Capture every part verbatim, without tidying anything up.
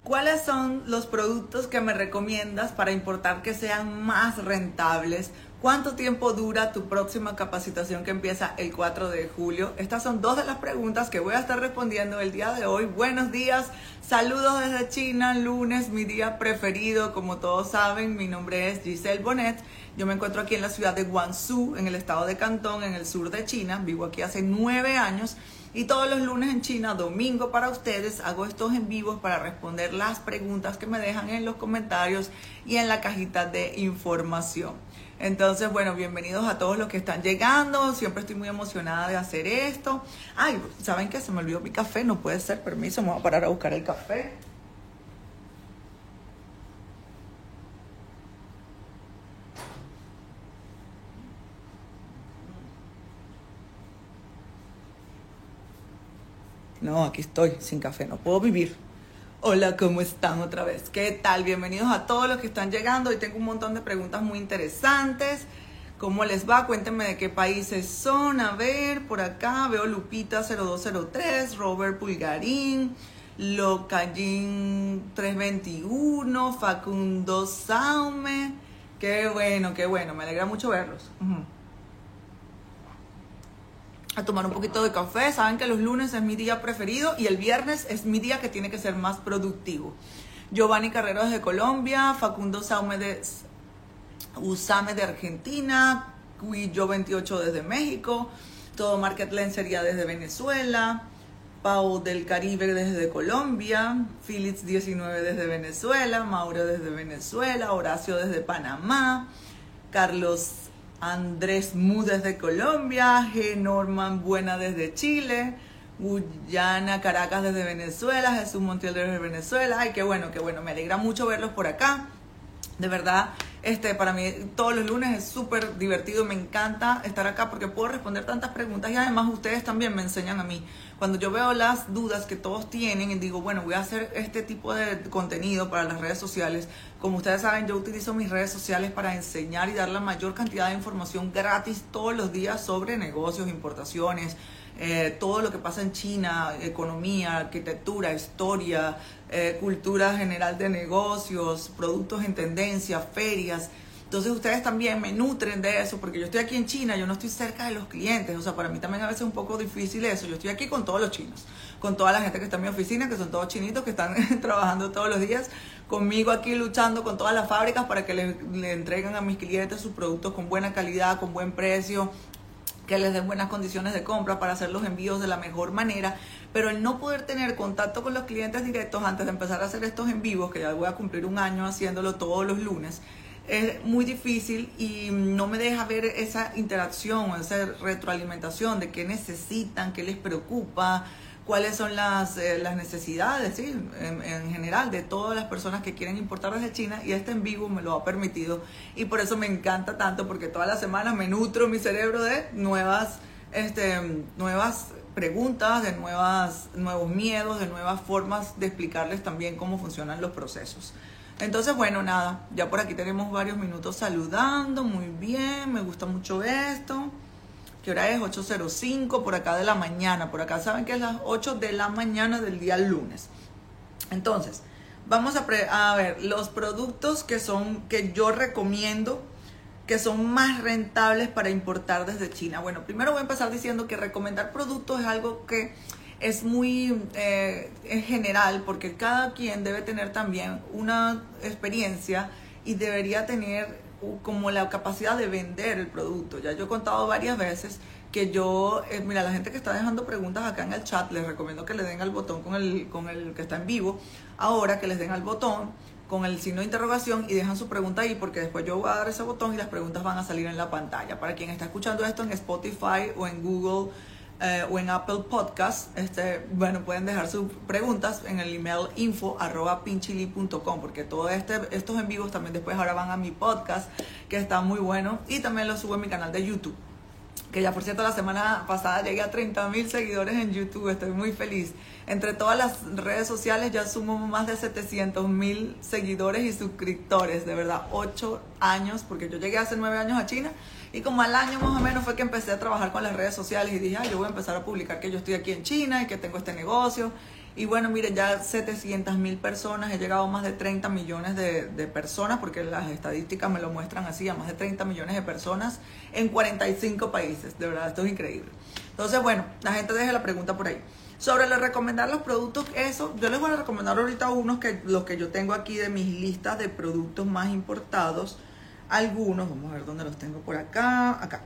¿Cuáles son los productos que me recomiendas para importar que sean más rentables? ¿Cuánto tiempo dura tu próxima capacitación que empieza el cuatro de julio? Estas son dos de las preguntas que voy a estar respondiendo el día de hoy. Buenos días, saludos desde China, lunes, mi día preferido. Como todos saben, mi nombre es Giselle Bonet. Yo me encuentro aquí en la ciudad de Guangzhou, en el estado de Cantón, en el sur de China. Vivo aquí hace nueve años. Y todos los lunes en China, domingo para ustedes, hago estos en vivos para responder las preguntas que me dejan en los comentarios y en la cajita de información. Entonces, bueno, bienvenidos a todos los que están llegando. Siempre estoy muy emocionada de hacer esto. Ay, ¿saben qué? Se me olvidó mi café. No puede ser, permiso, me voy a parar a buscar el café. No, aquí estoy, sin café, no puedo vivir. Hola, ¿cómo están otra vez? ¿Qué tal? Bienvenidos a todos los que están llegando. Hoy tengo un montón de preguntas muy interesantes. ¿Cómo les va? Cuéntenme de qué países son. A ver, por acá veo Lupita cero dos cero tres, Robert Pulgarín, Locallín tres veintiuno, Facundo Saume. Qué bueno, qué bueno. Me alegra mucho verlos. Uh-huh. A tomar un poquito de café. Saben que los lunes es mi día preferido y el viernes es mi día que tiene que ser más productivo. Giovanni Carrero desde Colombia, Facundo Saume de Usame de Argentina, Cuillo veintiocho desde México, Todo Market Lencería desde Venezuela, Pau del Caribe desde Colombia, Philips diecinueve desde Venezuela, Mauro desde Venezuela, Horacio desde Panamá, Carlos Andrés Mu desde Colombia, G. Norman Buena desde Chile, Guyana Caracas desde Venezuela, Jesús Montiel desde Venezuela. Ay, qué bueno, qué bueno, me alegra mucho verlos por acá. De verdad, este, para mí todos los lunes es súper divertido, me encanta estar acá porque puedo responder tantas preguntas y además ustedes también me enseñan a mí. Cuando yo veo las dudas que todos tienen y digo, bueno, voy a hacer este tipo de contenido para las redes sociales. Como ustedes saben, yo utilizo mis redes sociales para enseñar y dar la mayor cantidad de información gratis todos los días sobre negocios, importaciones, Eh, todo lo que pasa en China, economía, arquitectura, historia, eh, cultura general de negocios, productos en tendencia, ferias. Entonces ustedes también me nutren de eso porque yo estoy aquí en China, yo no estoy cerca de los clientes, o sea, para mí también a veces es un poco difícil eso. Yo estoy aquí con todos los chinos, con toda la gente que está en mi oficina, que son todos chinitos, que están trabajando todos los días conmigo aquí luchando con todas las fábricas para que le, le entreguen a mis clientes sus productos con buena calidad, con buen precio, que les den buenas condiciones de compra para hacer los envíos de la mejor manera. Pero el no poder tener contacto con los clientes directos antes de empezar a hacer estos en vivos, que ya voy a cumplir un año haciéndolo todos los lunes, es muy difícil y no me deja ver esa interacción, esa retroalimentación de qué necesitan, qué les preocupa, cuáles son las, eh, las necesidades, ¿sí? en, en general de todas las personas que quieren importar desde China, y este en vivo me lo ha permitido y por eso me encanta tanto, porque todas las semanas me nutro mi cerebro de nuevas, este, nuevas preguntas, de nuevas, nuevos miedos, de nuevas formas de explicarles también cómo funcionan los procesos. Entonces, bueno, nada, ya por aquí tenemos varios minutos saludando, muy bien, me gusta mucho esto. ¿Qué hora es? ocho cero cinco por acá de la mañana. Por acá saben que es las ocho de la mañana del día lunes. Entonces, vamos a, pre a ver los productos que son que yo recomiendo que son más rentables para importar desde China. Bueno, primero voy a empezar diciendo que recomendar productos es algo que es muy eh, en general, porque cada quien debe tener también una experiencia y debería tener como la capacidad de vender el producto. Ya yo he contado varias veces que yo, eh, mira, la gente que está dejando preguntas acá en el chat, les recomiendo que le den al botón con el, con el que está en vivo, ahora que les den al botón con el signo de interrogación y dejan su pregunta ahí, porque después yo voy a dar ese botón y las preguntas van a salir en la pantalla. Para quien está escuchando esto en Spotify o en Google eh, o en Apple Podcast, este, bueno, pueden dejar sus preguntas en el email info arroba pinchili punto com, porque todos este, estos en vivos también después ahora van a mi podcast, que está muy bueno, y también lo subo en mi canal de YouTube, que ya por cierto la semana pasada llegué a treinta mil seguidores en YouTube, estoy muy feliz. Entre todas las redes sociales ya sumo más de setecientos mil seguidores y suscriptores, de verdad, ocho años, porque yo llegué hace nueve años a China y como al año más o menos fue que empecé a trabajar con las redes sociales y dije, ay, yo voy a empezar a publicar que yo estoy aquí en China y que tengo este negocio. Y bueno, miren, ya setecientas mil personas, he llegado a más de treinta millones de, de personas, porque las estadísticas me lo muestran así, a más de treinta millones de personas en cuarenta y cinco países. De verdad, esto es increíble. Entonces, bueno, la gente deja la pregunta por ahí. Sobre lo recomendar los productos, eso, yo les voy a recomendar ahorita unos que los que yo tengo aquí de mis listas de productos más importados. Algunos, vamos a ver dónde los tengo por acá, acá.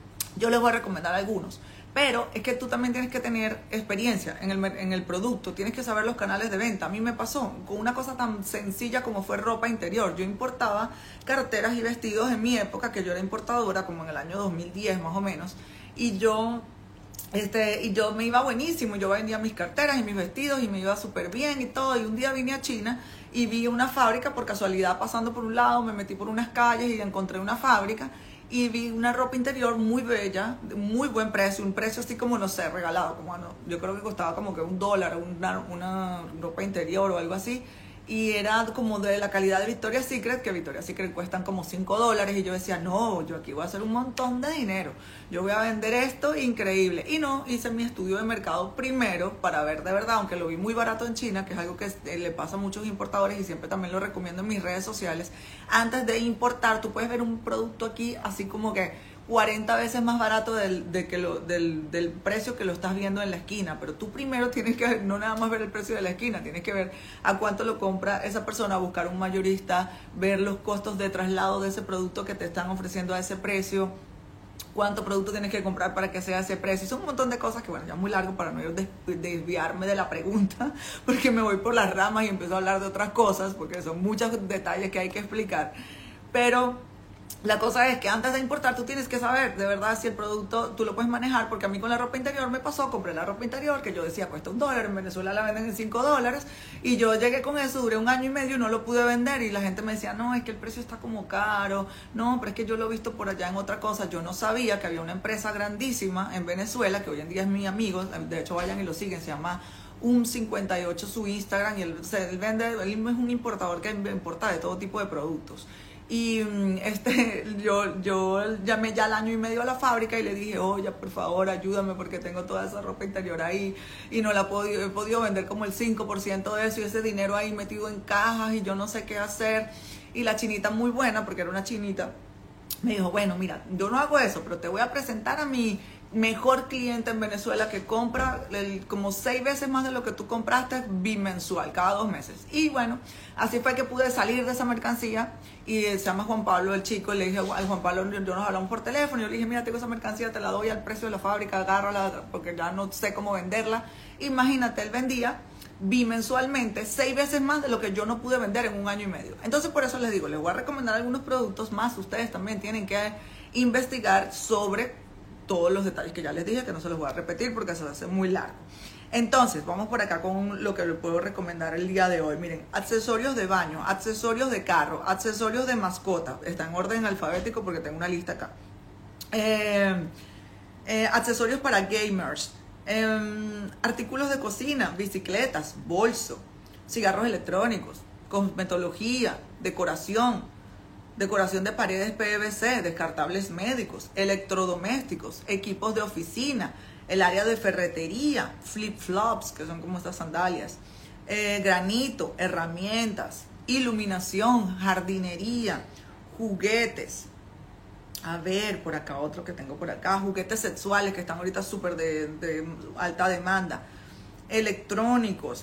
Yo les voy a recomendar algunos, pero es que tú también tienes que tener experiencia en el, en el producto, tienes que saber los canales de venta. A mí me pasó con una cosa tan sencilla como fue ropa interior. Yo importaba carteras y vestidos en mi época, que yo era importadora, como en el año dos mil diez más o menos, y yo... Este, y yo me iba buenísimo, yo vendía mis carteras y mis vestidos y me iba súper bien y todo. Y un día vine a China y vi una fábrica, por casualidad pasando por un lado, me metí por unas calles y encontré una fábrica y vi una ropa interior muy bella, muy buen precio, un precio así como, no sé, regalado, como no, yo creo que costaba como que un dólar una, una ropa interior o algo así. Y era como de la calidad de Victoria's Secret, que Victoria's Secret cuestan como cinco dólares. Y yo decía, no, yo aquí voy a hacer un montón de dinero. Yo voy a vender esto increíble. Y no, hice mi estudio de mercado primero para ver de verdad, aunque lo vi muy barato en China, que es algo que le pasa a muchos importadores y siempre también lo recomiendo en mis redes sociales. Antes de importar, tú puedes ver un producto aquí así como que cuarenta veces más barato del, de que lo, del, del precio que lo estás viendo en la esquina. Pero tú primero tienes que ver, no nada más ver el precio de la esquina, tienes que ver a cuánto lo compra esa persona, buscar un mayorista, ver los costos de traslado de ese producto que te están ofreciendo a ese precio, cuánto producto tienes que comprar para que sea ese precio. Son un montón de cosas que, bueno, ya es muy largo para no des, desviarme de la pregunta, porque me voy por las ramas y empiezo a hablar de otras cosas, porque son muchos detalles que hay que explicar. Pero la cosa es que antes de importar tú tienes que saber de verdad si el producto tú lo puedes manejar, porque a mí con la ropa interior me pasó, compré la ropa interior que yo decía cuesta un dólar, en Venezuela la venden en cinco dólares, y yo llegué con eso, duré un año y medio y no lo pude vender, y la gente me decía, no, es que el precio está como caro, no, pero es que yo lo he visto por allá en otra cosa. Yo no sabía que había una empresa grandísima en Venezuela, que hoy en día es mi amigo, de hecho vayan y lo siguen, se llama un cincuenta y ocho su Instagram, y él, o sea, él vende, él es un importador que importa de todo tipo de productos. Y este, yo, yo llamé ya al año y medio a la fábrica y le dije, oye, por favor, ayúdame porque tengo toda esa ropa interior ahí y no la he podido, he podido vender como el cinco por ciento de eso y ese dinero ahí metido en cajas y yo no sé qué hacer. Y la chinita muy buena, porque era una chinita, me dijo, bueno, mira, yo no hago eso, pero te voy a presentar a mi mejor cliente en Venezuela que compra el, como seis veces más de lo que tú compraste bimensual, cada dos meses. Y bueno, así fue que pude salir de esa mercancía. Y se llama Juan Pablo, el chico, y le dije a Juan Pablo, yo nos hablamos por teléfono, y yo le dije, mira, tengo esa mercancía, te la doy al precio de la fábrica, agárrala, porque ya no sé cómo venderla. Imagínate, él vendía bimensualmente seis veces más de lo que yo no pude vender en un año y medio. Entonces, por eso les digo, les voy a recomendar algunos productos más. Ustedes también tienen que investigar sobre todos los detalles que ya les dije, que no se los voy a repetir porque se hace muy largo. Entonces, vamos por acá con lo que les puedo recomendar el día de hoy. Miren, accesorios de baño, accesorios de carro, accesorios de mascota. Está en orden alfabético porque tengo una lista acá. Eh, eh, accesorios para gamers, eh, artículos de cocina, bicicletas, bolso, cigarros electrónicos, cosmetología, decoración, decoración de paredes P V C, descartables médicos, electrodomésticos, equipos de oficina, el área de ferretería, flip-flops, que son como estas sandalias, eh, granito, herramientas, iluminación, jardinería, juguetes. A ver, por acá otro que tengo por acá, juguetes sexuales que están ahorita súper de, de alta demanda, electrónicos,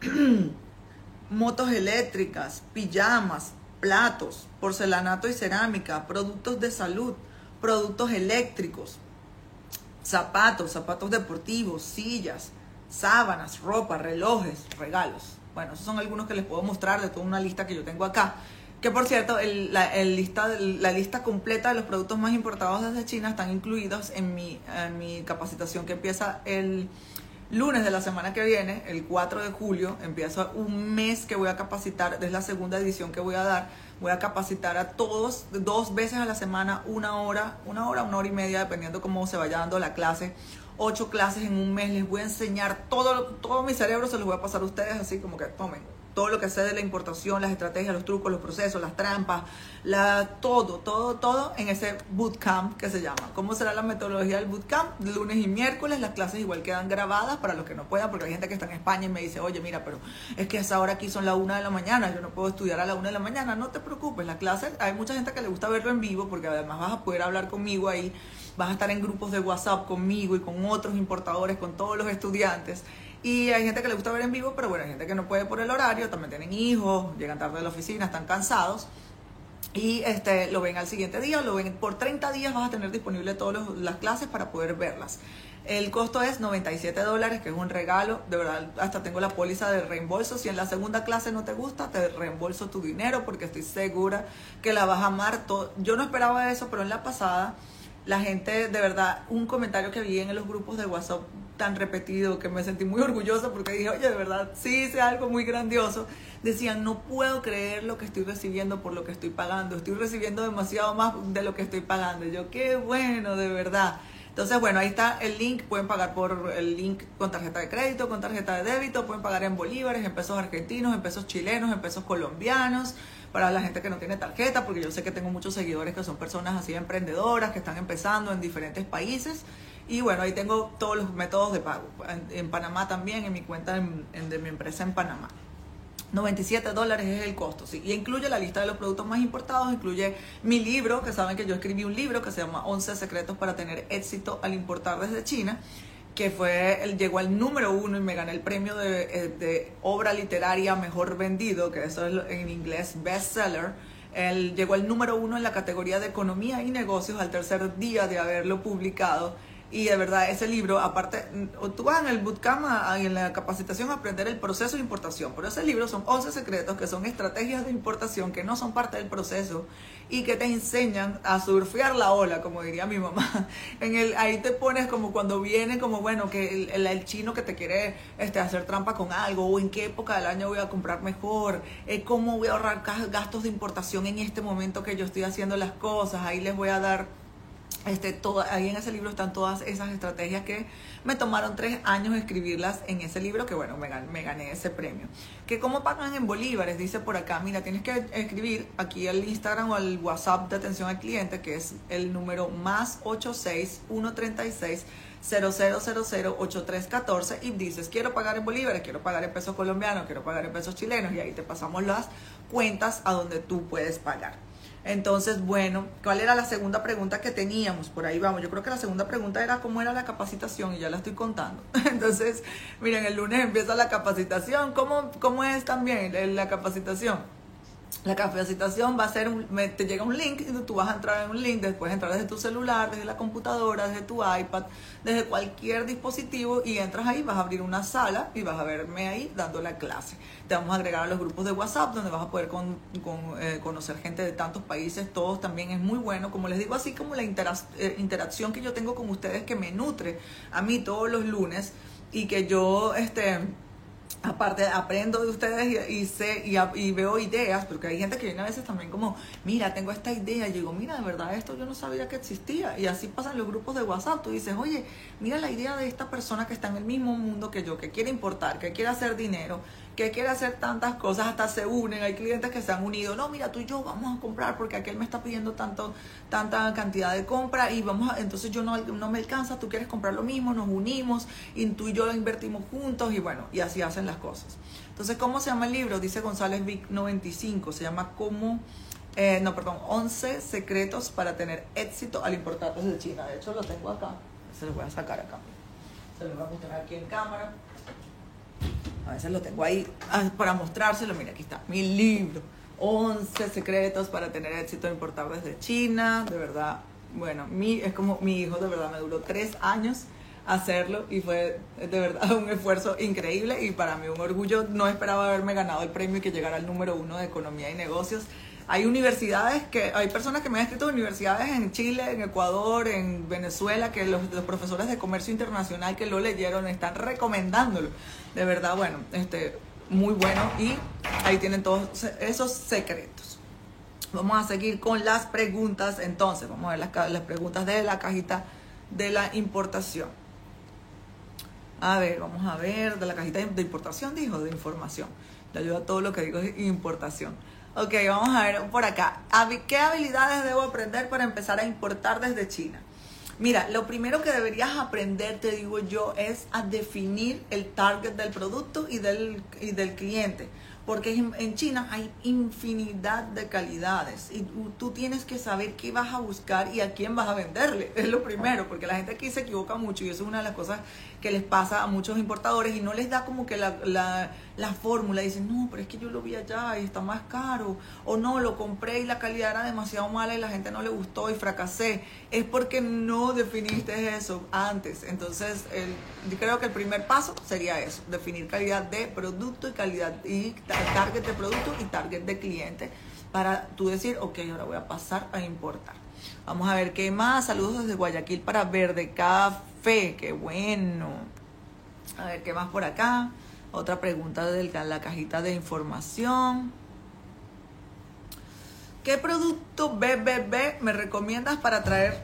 motos eléctricas, pijamas, platos, porcelanato y cerámica, productos de salud, productos eléctricos, zapatos, zapatos deportivos, sillas, sábanas, ropa, relojes, regalos. Bueno, esos son algunos que les puedo mostrar de toda una lista que yo tengo acá. Que por cierto, el, la, el lista, la lista completa de los productos más importados desde China están incluidos en mi, en mi capacitación que empieza el lunes de la semana que viene, el cuatro de julio. Empieza un mes que voy a capacitar, es la segunda edición que voy a dar. Voy a capacitar a todos dos veces a la semana, una hora, una hora, una hora y media, dependiendo cómo se vaya dando la clase. Ocho clases en un mes, les voy a enseñar todo, todo mi cerebro se los voy a pasar a ustedes, así como que tomen, todo lo que sé de la importación, las estrategias, los trucos, los procesos, las trampas, la, todo, todo, todo en ese bootcamp que se llama. ¿Cómo será la metodología del bootcamp? Lunes y miércoles, las clases igual quedan grabadas para los que no puedan, porque hay gente que está en España y me dice, oye, mira, pero es que a esa hora aquí son la una de la mañana, yo no puedo estudiar a la una de la mañana. No te preocupes, las clases, hay mucha gente que le gusta verlo en vivo, porque además vas a poder hablar conmigo ahí, vas a estar en grupos de WhatsApp conmigo y con otros importadores, con todos los estudiantes. Y hay gente que le gusta ver en vivo, pero bueno, hay gente que no puede por el horario, también tienen hijos, llegan tarde de la oficina, están cansados. Y este, lo ven al siguiente día, lo ven por treinta días, vas a tener disponible todas las clases para poder verlas. El costo es noventa y siete dólares, que es un regalo, de verdad, hasta tengo la póliza de reembolso. Si en la segunda clase no te gusta, te reembolso tu dinero, porque estoy segura que la vas a amar. Todo. Yo no esperaba eso, pero en la pasada, la gente, de verdad, un comentario que vi en los grupos de WhatsApp tan repetido, que me sentí muy orgullosa, porque dije, oye, de verdad, sí hice algo muy grandioso. Decían, no puedo creer lo que estoy recibiendo por lo que estoy pagando, estoy recibiendo demasiado más de lo que estoy pagando. Yo, qué bueno, de verdad. Entonces, bueno, ahí está el link, pueden pagar por el link con tarjeta de crédito, con tarjeta de débito, pueden pagar en bolívares, en pesos argentinos, en pesos chilenos, en pesos colombianos, para la gente que no tiene tarjeta, porque yo sé que tengo muchos seguidores que son personas así emprendedoras, que están empezando en diferentes países. Y bueno, ahí tengo todos los métodos de pago. En, en Panamá también, en mi cuenta en, en, de mi empresa en Panamá. noventa y siete dólares es el costo, sí. Y incluye la lista de los productos más importados, incluye mi libro, que saben que yo escribí un libro que se llama once secretos para tener éxito al importar desde China, que fue, él llegó al número uno y me gané el premio de, de obra literaria mejor vendido, que eso es en inglés bestseller. Él llegó al número uno en la categoría de economía y negocios al tercer día de haberlo publicado. Y de verdad, ese libro, aparte, tú vas en el bootcamp, en la capacitación, a aprender el proceso de importación. Pero ese libro son once secretos, que son estrategias de importación que no son parte del proceso y que te enseñan a surfear la ola, como diría mi mamá. En el, ahí te pones como cuando viene, como bueno, que el, el, el chino que te quiere este, hacer trampa con algo, o en qué época del año voy a comprar mejor, eh, cómo voy a ahorrar gastos de importación en este momento que yo estoy haciendo las cosas. Ahí les voy a dar... Este, todo, ahí en ese libro están todas esas estrategias que me tomaron tres años escribirlas en ese libro, que bueno, me, gan, me gané ese premio. Que cómo pagan en bolívares, dice por acá, mira, tienes que escribir aquí al Instagram o al WhatsApp de atención al cliente, que es el número más ochenta y seis, ciento treinta y seis, cero cero cero cero, ochenta y tres catorce, y dices, quiero pagar en bolívares, quiero pagar en pesos colombianos, quiero pagar en pesos chilenos, y ahí te pasamos las cuentas a donde tú puedes pagar. Entonces, bueno, ¿cuál era la segunda pregunta que teníamos? Por ahí vamos. Yo creo que la segunda pregunta era cómo era la capacitación y ya la estoy contando. Entonces, miren, el lunes empieza la capacitación. ¿Cómo, cómo es también la capacitación? La capacitación va a ser, un, te llega un link y tú vas a entrar en un link, después entrar desde tu celular, desde la computadora, desde tu iPad, desde cualquier dispositivo, y entras ahí, vas a abrir una sala y vas a verme ahí dando la clase. Te vamos a agregar a los grupos de WhatsApp, donde vas a poder con, con, eh, conocer gente de tantos países. Todos también es muy bueno, como les digo, así como la interac eh, interacción que yo tengo con ustedes, que me nutre a mí todos los lunes, y que yo este aparte aprendo de ustedes y, y sé y, y veo ideas, porque hay gente que viene a veces también como, mira, tengo esta idea, y yo digo, mira, de verdad esto yo no sabía que existía. Y así pasan los grupos de WhatsApp. Tú dices, oye, mira la idea de esta persona que está en el mismo mundo que yo, que quiere importar, que quiere hacer dinero, que quiere hacer tantas cosas, hasta se unen. Hay clientes que se han unido, no, mira, tú y yo vamos a comprar porque aquel me está pidiendo tanto, tanta cantidad de compra, y vamos a, entonces yo no, no me alcanza, tú quieres comprar lo mismo, nos unimos y tú y yo lo invertimos juntos, y bueno, y así hacen las cosas. Entonces, ¿cómo se llama el libro? Dice González Vic noventa y cinco, se llama como, eh, no, perdón, once secretos para tener éxito al importar desde China. De hecho, lo tengo acá, se lo voy a sacar acá, se lo voy a mostrar aquí en cámara. A veces lo tengo ahí para mostrárselo. Mira, aquí está mi libro, once secretos para tener éxito al importar desde China. De verdad, bueno, mi, es como mi hijo, de verdad, me duró tres años hacerlo, y fue de verdad un esfuerzo increíble, y para mí un orgullo. No esperaba haberme ganado el premio y que llegara al número uno de economía y negocios. Hay universidades que, hay personas que me han escrito de universidades en Chile, en Ecuador, en Venezuela, que los, los profesores de comercio internacional que lo leyeron están recomendándolo. De verdad, bueno, este, muy bueno, y ahí tienen todos esos secretos. Vamos a seguir con las preguntas. Entonces, vamos a ver las, las preguntas de la cajita de la importación. A ver, vamos a ver, de la cajita de importación, dijo, de información. Le ayuda a todo lo que digo es importación. Ok, vamos a ver por acá. ¿Qué habilidades debo aprender para empezar a importar desde China? Mira, lo primero que deberías aprender, te digo yo, es a definir el target del producto y del, y del cliente. Porque en China hay infinidad de calidades y tú tienes que saber qué vas a buscar y a quién vas a venderle. Es lo primero, porque la gente aquí se equivoca mucho y eso es una de las cosas que les pasa a muchos importadores y no les da como que la, la, la fórmula. Dicen, no, pero es que yo lo vi allá y está más caro. O no, lo compré y la calidad era demasiado mala y la gente no le gustó y fracasé. Es porque no definiste eso antes. Entonces, el, yo creo que el primer paso sería eso, definir calidad de producto y calidad y target de producto y target de cliente para tú decir, ok, ahora voy a pasar a importar. Vamos a ver qué más. Saludos desde Guayaquil para Verde Café, qué bueno. A ver qué más por acá. Otra pregunta de la cajita de información. ¿Qué producto B B B me recomiendas para traer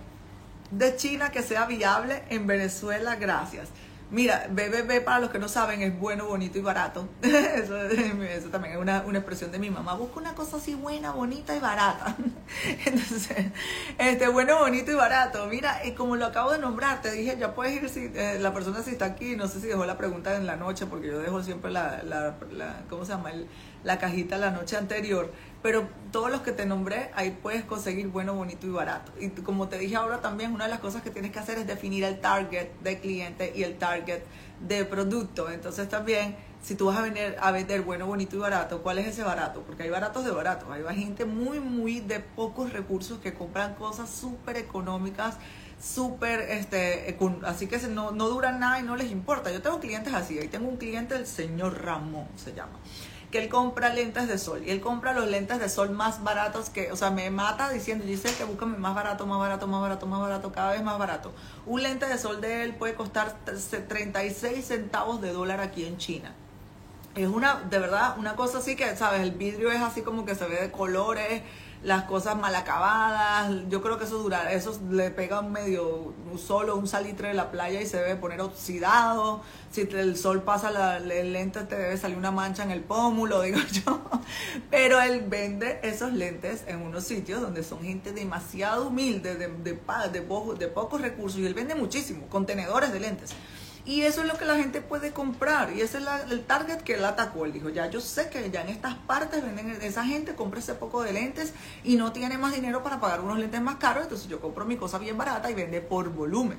de China que sea viable en Venezuela? Gracias. Mira, B B B, para los que no saben, es bueno, bonito y barato. Eso, eso también es una, una expresión de mi mamá. Busca una cosa así buena, bonita y barata. Entonces, este, bueno, bonito y barato. Mira, y como lo acabo de nombrar, te dije, ya puedes ir, si eh, la persona si está aquí, no sé si dejó la pregunta en la noche, porque yo dejo siempre la, la, la ¿cómo se llama? El, la cajita la noche anterior. Pero todos los que te nombré, ahí puedes conseguir bueno, bonito y barato. Y como te dije ahora también, una de las cosas que tienes que hacer es definir el target de cliente y el target de producto. Entonces también, si tú vas a vender, a vender bueno, bonito y barato, ¿cuál es ese barato? Porque hay baratos de baratos. Hay gente muy, muy de pocos recursos que compran cosas súper económicas, súper, este, así que no, no duran nada y no les importa. Yo tengo clientes así. Ahí tengo un cliente, el señor Ramón se llama, que él compra lentes de sol y él compra los lentes de sol más baratos que, o sea, me mata diciendo, dice que búscame más barato, más barato, más barato, más barato, cada vez más barato. Un lente de sol de él puede costar treinta y seis centavos de dólar aquí en China. Es una, de verdad, una cosa así que, ¿sabes? El vidrio es así como que se ve de colores, las cosas mal acabadas. Yo creo que eso dura, eso le pega medio solo un salitre de la playa y se debe poner oxidado. Si el sol pasa la, el lente, te debe salir una mancha en el pómulo, digo yo. Pero él vende esos lentes en unos sitios donde son gente demasiado humilde, de, de, de, de, pocos, de pocos recursos, y él vende muchísimo, contenedores de lentes. Y eso es lo que la gente puede comprar. Y ese es la, el target que él atacó. Él dijo, ya yo sé que ya en estas partes venden, esa gente compra ese poco de lentes y no tiene más dinero para pagar unos lentes más caros. Entonces yo compro mi cosa bien barata y vende por volumen.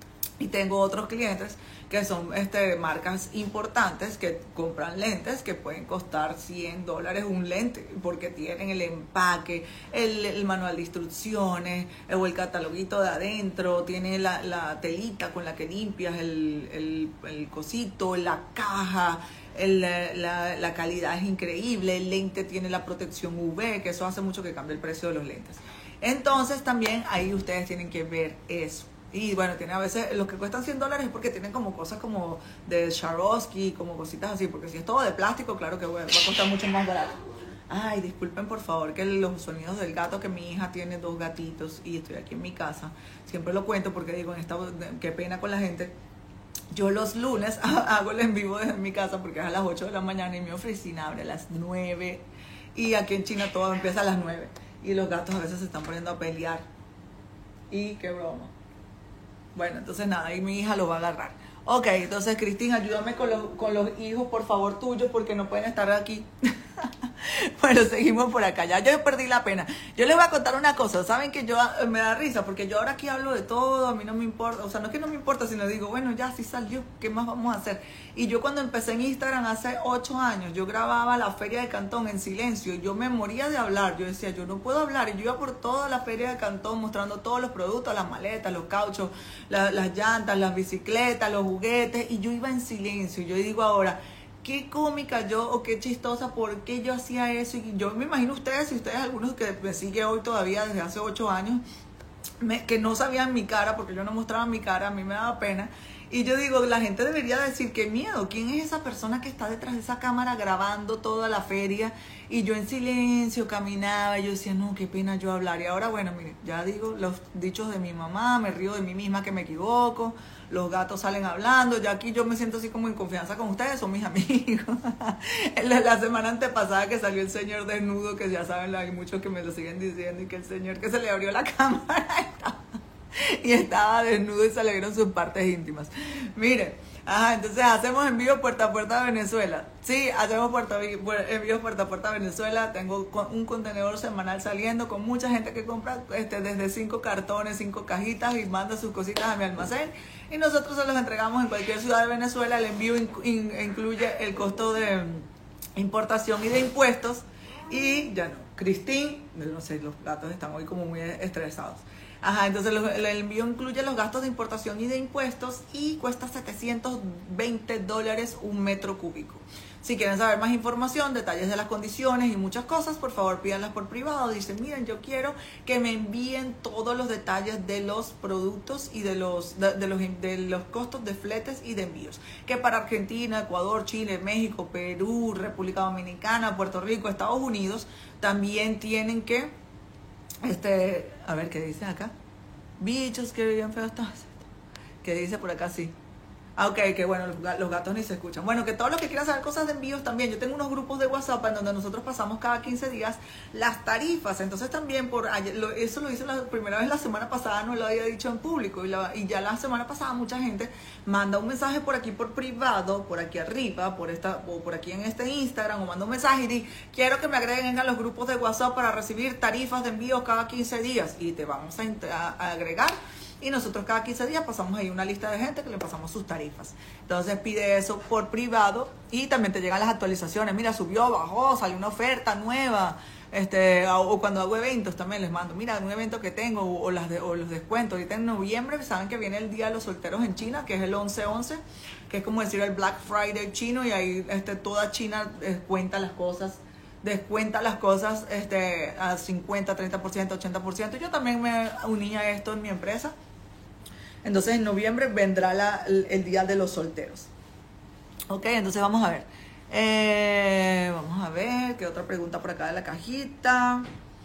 Y tengo otros clientes que son este, marcas importantes que compran lentes que pueden costar cien dólares un lente porque tienen el empaque, el, el manual de instrucciones o el cataloguito de adentro, tiene la, la telita con la que limpias el, el, el cosito, la caja, el, la, la calidad es increíble, el lente tiene la protección U V, que eso hace mucho que cambie el precio de los lentes. Entonces también ahí ustedes tienen que ver eso. Y bueno, tiene a veces, los que cuestan cien dólares es porque tienen como cosas como de Swarovski, como cositas así, porque si es todo de plástico, claro que va a costar mucho más barato. Ay, disculpen por favor que los sonidos del gato, que mi hija tiene dos gatitos y estoy aquí en mi casa, siempre lo cuento porque digo, en esta, qué pena con la gente. Yo los lunes hago el en vivo desde mi casa porque es a las ocho de la mañana y mi oficina abre a las nueve y aquí en China todo empieza a las nueve y los gatos a veces se están poniendo a pelear y qué broma. Bueno, entonces nada, ahí mi hija lo va a agarrar. Ok, entonces Cristina, ayúdame con los, con los hijos, por favor, tuyos, porque no pueden estar aquí. Bueno, seguimos por acá. Ya yo perdí la pena. Yo les voy a contar una cosa. Saben que yo me da risa porque yo ahora aquí hablo de todo. A mí no me importa. O sea, no es que no me importa, sino digo, bueno, ya sí salió. ¿Qué más vamos a hacer? Y yo cuando empecé en Instagram hace ocho años, yo grababa la Feria de Cantón en silencio. Yo me moría de hablar. Yo decía, yo no puedo hablar. Y yo iba por toda la Feria de Cantón mostrando todos los productos, las maletas, los cauchos, la, las llantas, las bicicletas, los juguetes. Y yo iba en silencio. Yo digo ahora, qué cómica yo o qué chistosa, ¿por qué yo hacía eso? Y yo me imagino ustedes, si ustedes algunos que me siguen hoy todavía desde hace ocho años, me, que no sabían mi cara, porque yo no mostraba mi cara, a mí me daba pena. Y yo digo, la gente debería decir, qué miedo, ¿quién es esa persona que está detrás de esa cámara grabando toda la feria? Y yo en silencio caminaba y yo decía, no, qué pena yo hablar. Y ahora, bueno, mire, ya digo los dichos de mi mamá, me río de mí misma que me equivoco, los gatos salen hablando, ya aquí yo me siento así como en confianza con ustedes, son mis amigos. la, la semana antepasada que salió el señor desnudo, que ya saben, hay muchos que me lo siguen diciendo, y que el señor que se le abrió la cámara estaba y estaba desnudo y se le vieron sus partes íntimas. Miren, ajá, entonces hacemos envío puerta a puerta a Venezuela. Sí, hacemos puerta, envíos puerta a puerta a Venezuela. Tengo un contenedor semanal saliendo con mucha gente que compra este, desde cinco cartones, cinco cajitas y manda sus cositas a mi almacén. Y nosotros se los entregamos en cualquier ciudad de Venezuela. El envío in, in, incluye el costo de importación y de impuestos. Y ya no, Cristín, no sé, los gatos están hoy como muy estresados. Ajá, entonces el envío incluye los gastos de importación y de impuestos y cuesta setecientos veinte dólares un metro cúbico. Si quieren saber más información, detalles de las condiciones y muchas cosas, por favor pídanlas por privado. Dicen, miren, yo quiero que me envíen todos los detalles de los productos y de los, de, de los, de los costos de fletes y de envíos. Que para Argentina, Ecuador, Chile, México, Perú, República Dominicana, Puerto Rico, Estados Unidos, también tienen que... Este, a ver, ¿qué dice acá? Bichos, que bien feo está. ¿Qué dice por acá? Sí. Ah, ok, que bueno, los gatos ni se escuchan. Bueno, que todos los que quieran saber cosas de envíos también. Yo tengo unos grupos de WhatsApp en donde nosotros pasamos cada quince días las tarifas. Entonces también, por ayer, lo, eso lo hice la primera vez la semana pasada, no lo había dicho en público. Y, la, y ya la semana pasada mucha gente manda un mensaje por aquí por privado, por aquí arriba, por esta o por aquí en este Instagram, o manda un mensaje y di, quiero que me agreguen a los grupos de WhatsApp para recibir tarifas de envío cada quince días. Y te vamos a, a, a agregar. Y nosotros cada quince días pasamos ahí una lista de gente que le pasamos sus tarifas. Entonces pide eso por privado y también te llegan las actualizaciones. Mira, subió, bajó, salió una oferta nueva. Este, o cuando hago eventos también les mando, mira, un evento que tengo o, o, las de, o los descuentos. Ahorita en noviembre saben que viene el Día de los Solteros en China, que es el once once, que es como decir el Black Friday chino, y ahí este, toda China descuenta las cosas. Descuenta las cosas este, a cincuenta, treinta por ciento, ochenta por ciento. Yo también me uní a esto en mi empresa. Entonces en noviembre vendrá la, el, el Día de los Solteros. Ok, entonces vamos a ver. Eh, vamos a ver, ¿qué otra pregunta por acá de la cajita?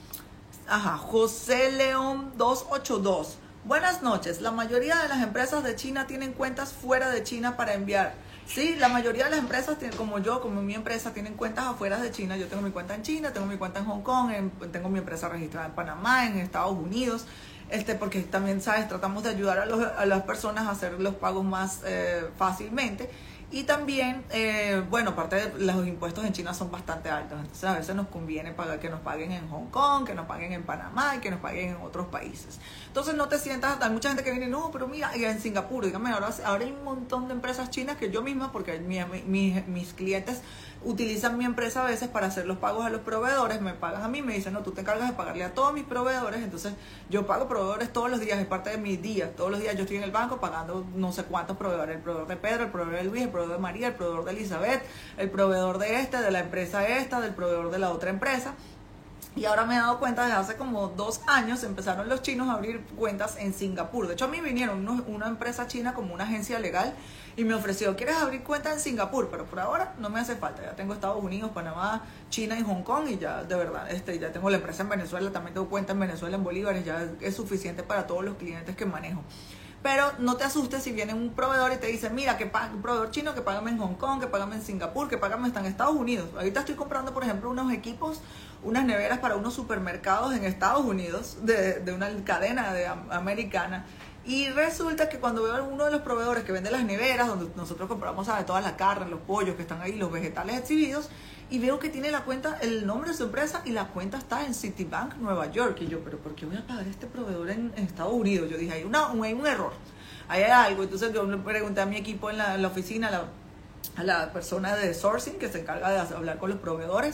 Ajá, José León dos ocho dos. Buenas noches. La mayoría de las empresas de China tienen cuentas fuera de China para enviar. Sí, la mayoría de las empresas, como yo, como mi empresa, tienen cuentas afuera de China. Yo tengo mi cuenta en China, tengo mi cuenta en Hong Kong, en, tengo mi empresa registrada en Panamá, en Estados Unidos. Este, porque también, ¿sabes? Tratamos de ayudar a, los, a las personas a hacer los pagos más eh, fácilmente. Y también, eh, bueno, aparte de los impuestos en China son bastante altos. Entonces a veces nos conviene pagar, que nos paguen en Hong Kong, que nos paguen en Panamá y que nos paguen en otros países. Entonces no te sientas, hay mucha gente que viene, no, pero mira, y en Singapur, dígame, ahora, ahora hay un montón de empresas chinas que yo misma, porque mi, mi, mis clientes utilizan mi empresa a veces para hacer los pagos a los proveedores, me pagan a mí, me dicen, no, tú te encargas de pagarle a todos mis proveedores. Entonces yo pago proveedores todos los días, es parte de mi día. Todos los días yo estoy en el banco pagando no sé cuántos proveedores, el proveedor de Pedro, el proveedor de Luis, el proveedor de María, el proveedor de Elizabeth, el proveedor de este, de la empresa esta, del proveedor de la otra empresa. Y ahora me he dado cuenta, desde hace como dos años empezaron los chinos a abrir cuentas en Singapur. De hecho, a mí vinieron unos, una empresa china como una agencia legal y me ofreció, ¿quieres abrir cuenta en Singapur? Pero por ahora no me hace falta. Ya tengo Estados Unidos, Panamá, China y Hong Kong, y ya de verdad, este, ya tengo la empresa en Venezuela, también tengo cuenta en Venezuela en bolívares, ya es suficiente para todos los clientes que manejo. Pero no te asustes si viene un proveedor y te dice, mira, que un proveedor chino, que págame en Hong Kong, que págame en Singapur, que págame hasta en Estados Unidos. Ahorita estoy comprando, por ejemplo, unos equipos, unas neveras para unos supermercados en Estados Unidos, de, de una cadena de, americana. Y resulta que cuando veo a uno de los proveedores que vende las neveras, donde nosotros compramos, ¿sabes?, toda la carne, los pollos que están ahí, los vegetales exhibidos, y veo que tiene la cuenta, el nombre de su empresa, y la cuenta está en Citibank, Nueva York. Y yo, ¿pero por qué voy a pagar este proveedor en, en Estados Unidos? Yo dije, hay, una, un, hay un error, ahí hay algo. Entonces yo le pregunté a mi equipo en la, en la oficina, a la, a la persona de sourcing que se encarga de hablar con los proveedores,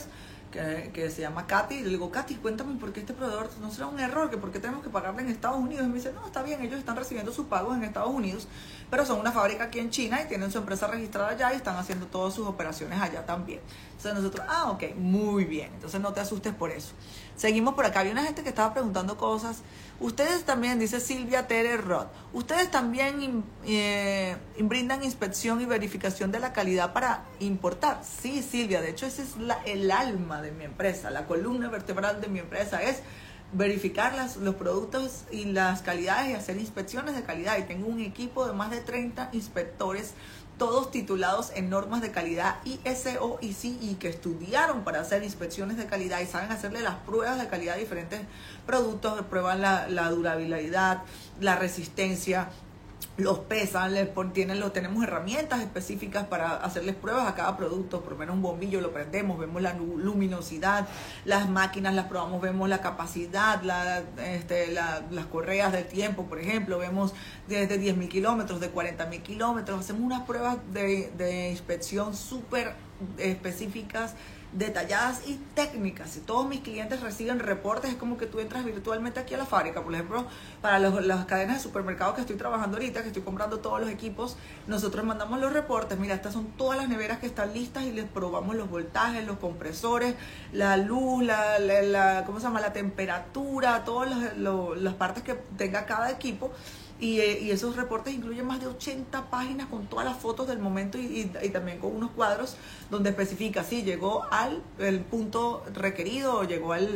que, que se llama Katy, y le digo, Katy, cuéntame por qué este proveedor no será un error, que por qué tenemos que pagarle en Estados Unidos. Y me dice, no, está bien, ellos están recibiendo sus pagos en Estados Unidos, pero son una fábrica aquí en China y tienen su empresa registrada allá y están haciendo todas sus operaciones allá también. Entonces nosotros, ah, ok, muy bien, entonces no te asustes por eso. Seguimos por acá, había una gente que estaba preguntando cosas. Ustedes también, dice Silvia Tere Roth, ustedes también eh, brindan inspección y verificación de la calidad para importar. Sí, Silvia, de hecho ese es la, el alma de mi empresa, la columna vertebral de mi empresa es verificar las, los productos y las calidades y hacer inspecciones de calidad. Y tengo un equipo de más de treinta inspectores, todos titulados en normas de calidad I S O y C I, que estudiaron para hacer inspecciones de calidad y saben hacerle las pruebas de calidad a diferentes productos, prueban la, la durabilidad, la resistencia, los pesan, les pon, tienen, lo, tenemos herramientas específicas para hacerles pruebas a cada producto. Por lo menos un bombillo lo prendemos, vemos la luminosidad, las máquinas las probamos, vemos la capacidad, la, este, la, las correas del tiempo, por ejemplo, vemos desde diez mil kilómetros, de cuarenta mil kilómetros, hacemos unas pruebas de, de inspección súper específicas, detalladas y técnicas. Y todos mis clientes reciben reportes. Es como que tú entras virtualmente aquí a la fábrica. Por ejemplo, para los, las cadenas de supermercados que estoy trabajando ahorita, que estoy comprando todos los equipos, nosotros mandamos los reportes. Mira, estas son todas las neveras que están listas y les probamos los voltajes, los compresores, la luz, la, la, la ¿cómo se llama? La temperatura, todas las, lo, las partes que tenga cada equipo. Y, y esos reportes incluyen más de ochenta páginas con todas las fotos del momento y, y, y también con unos cuadros donde especifica si llegó al el punto requerido o llegó al,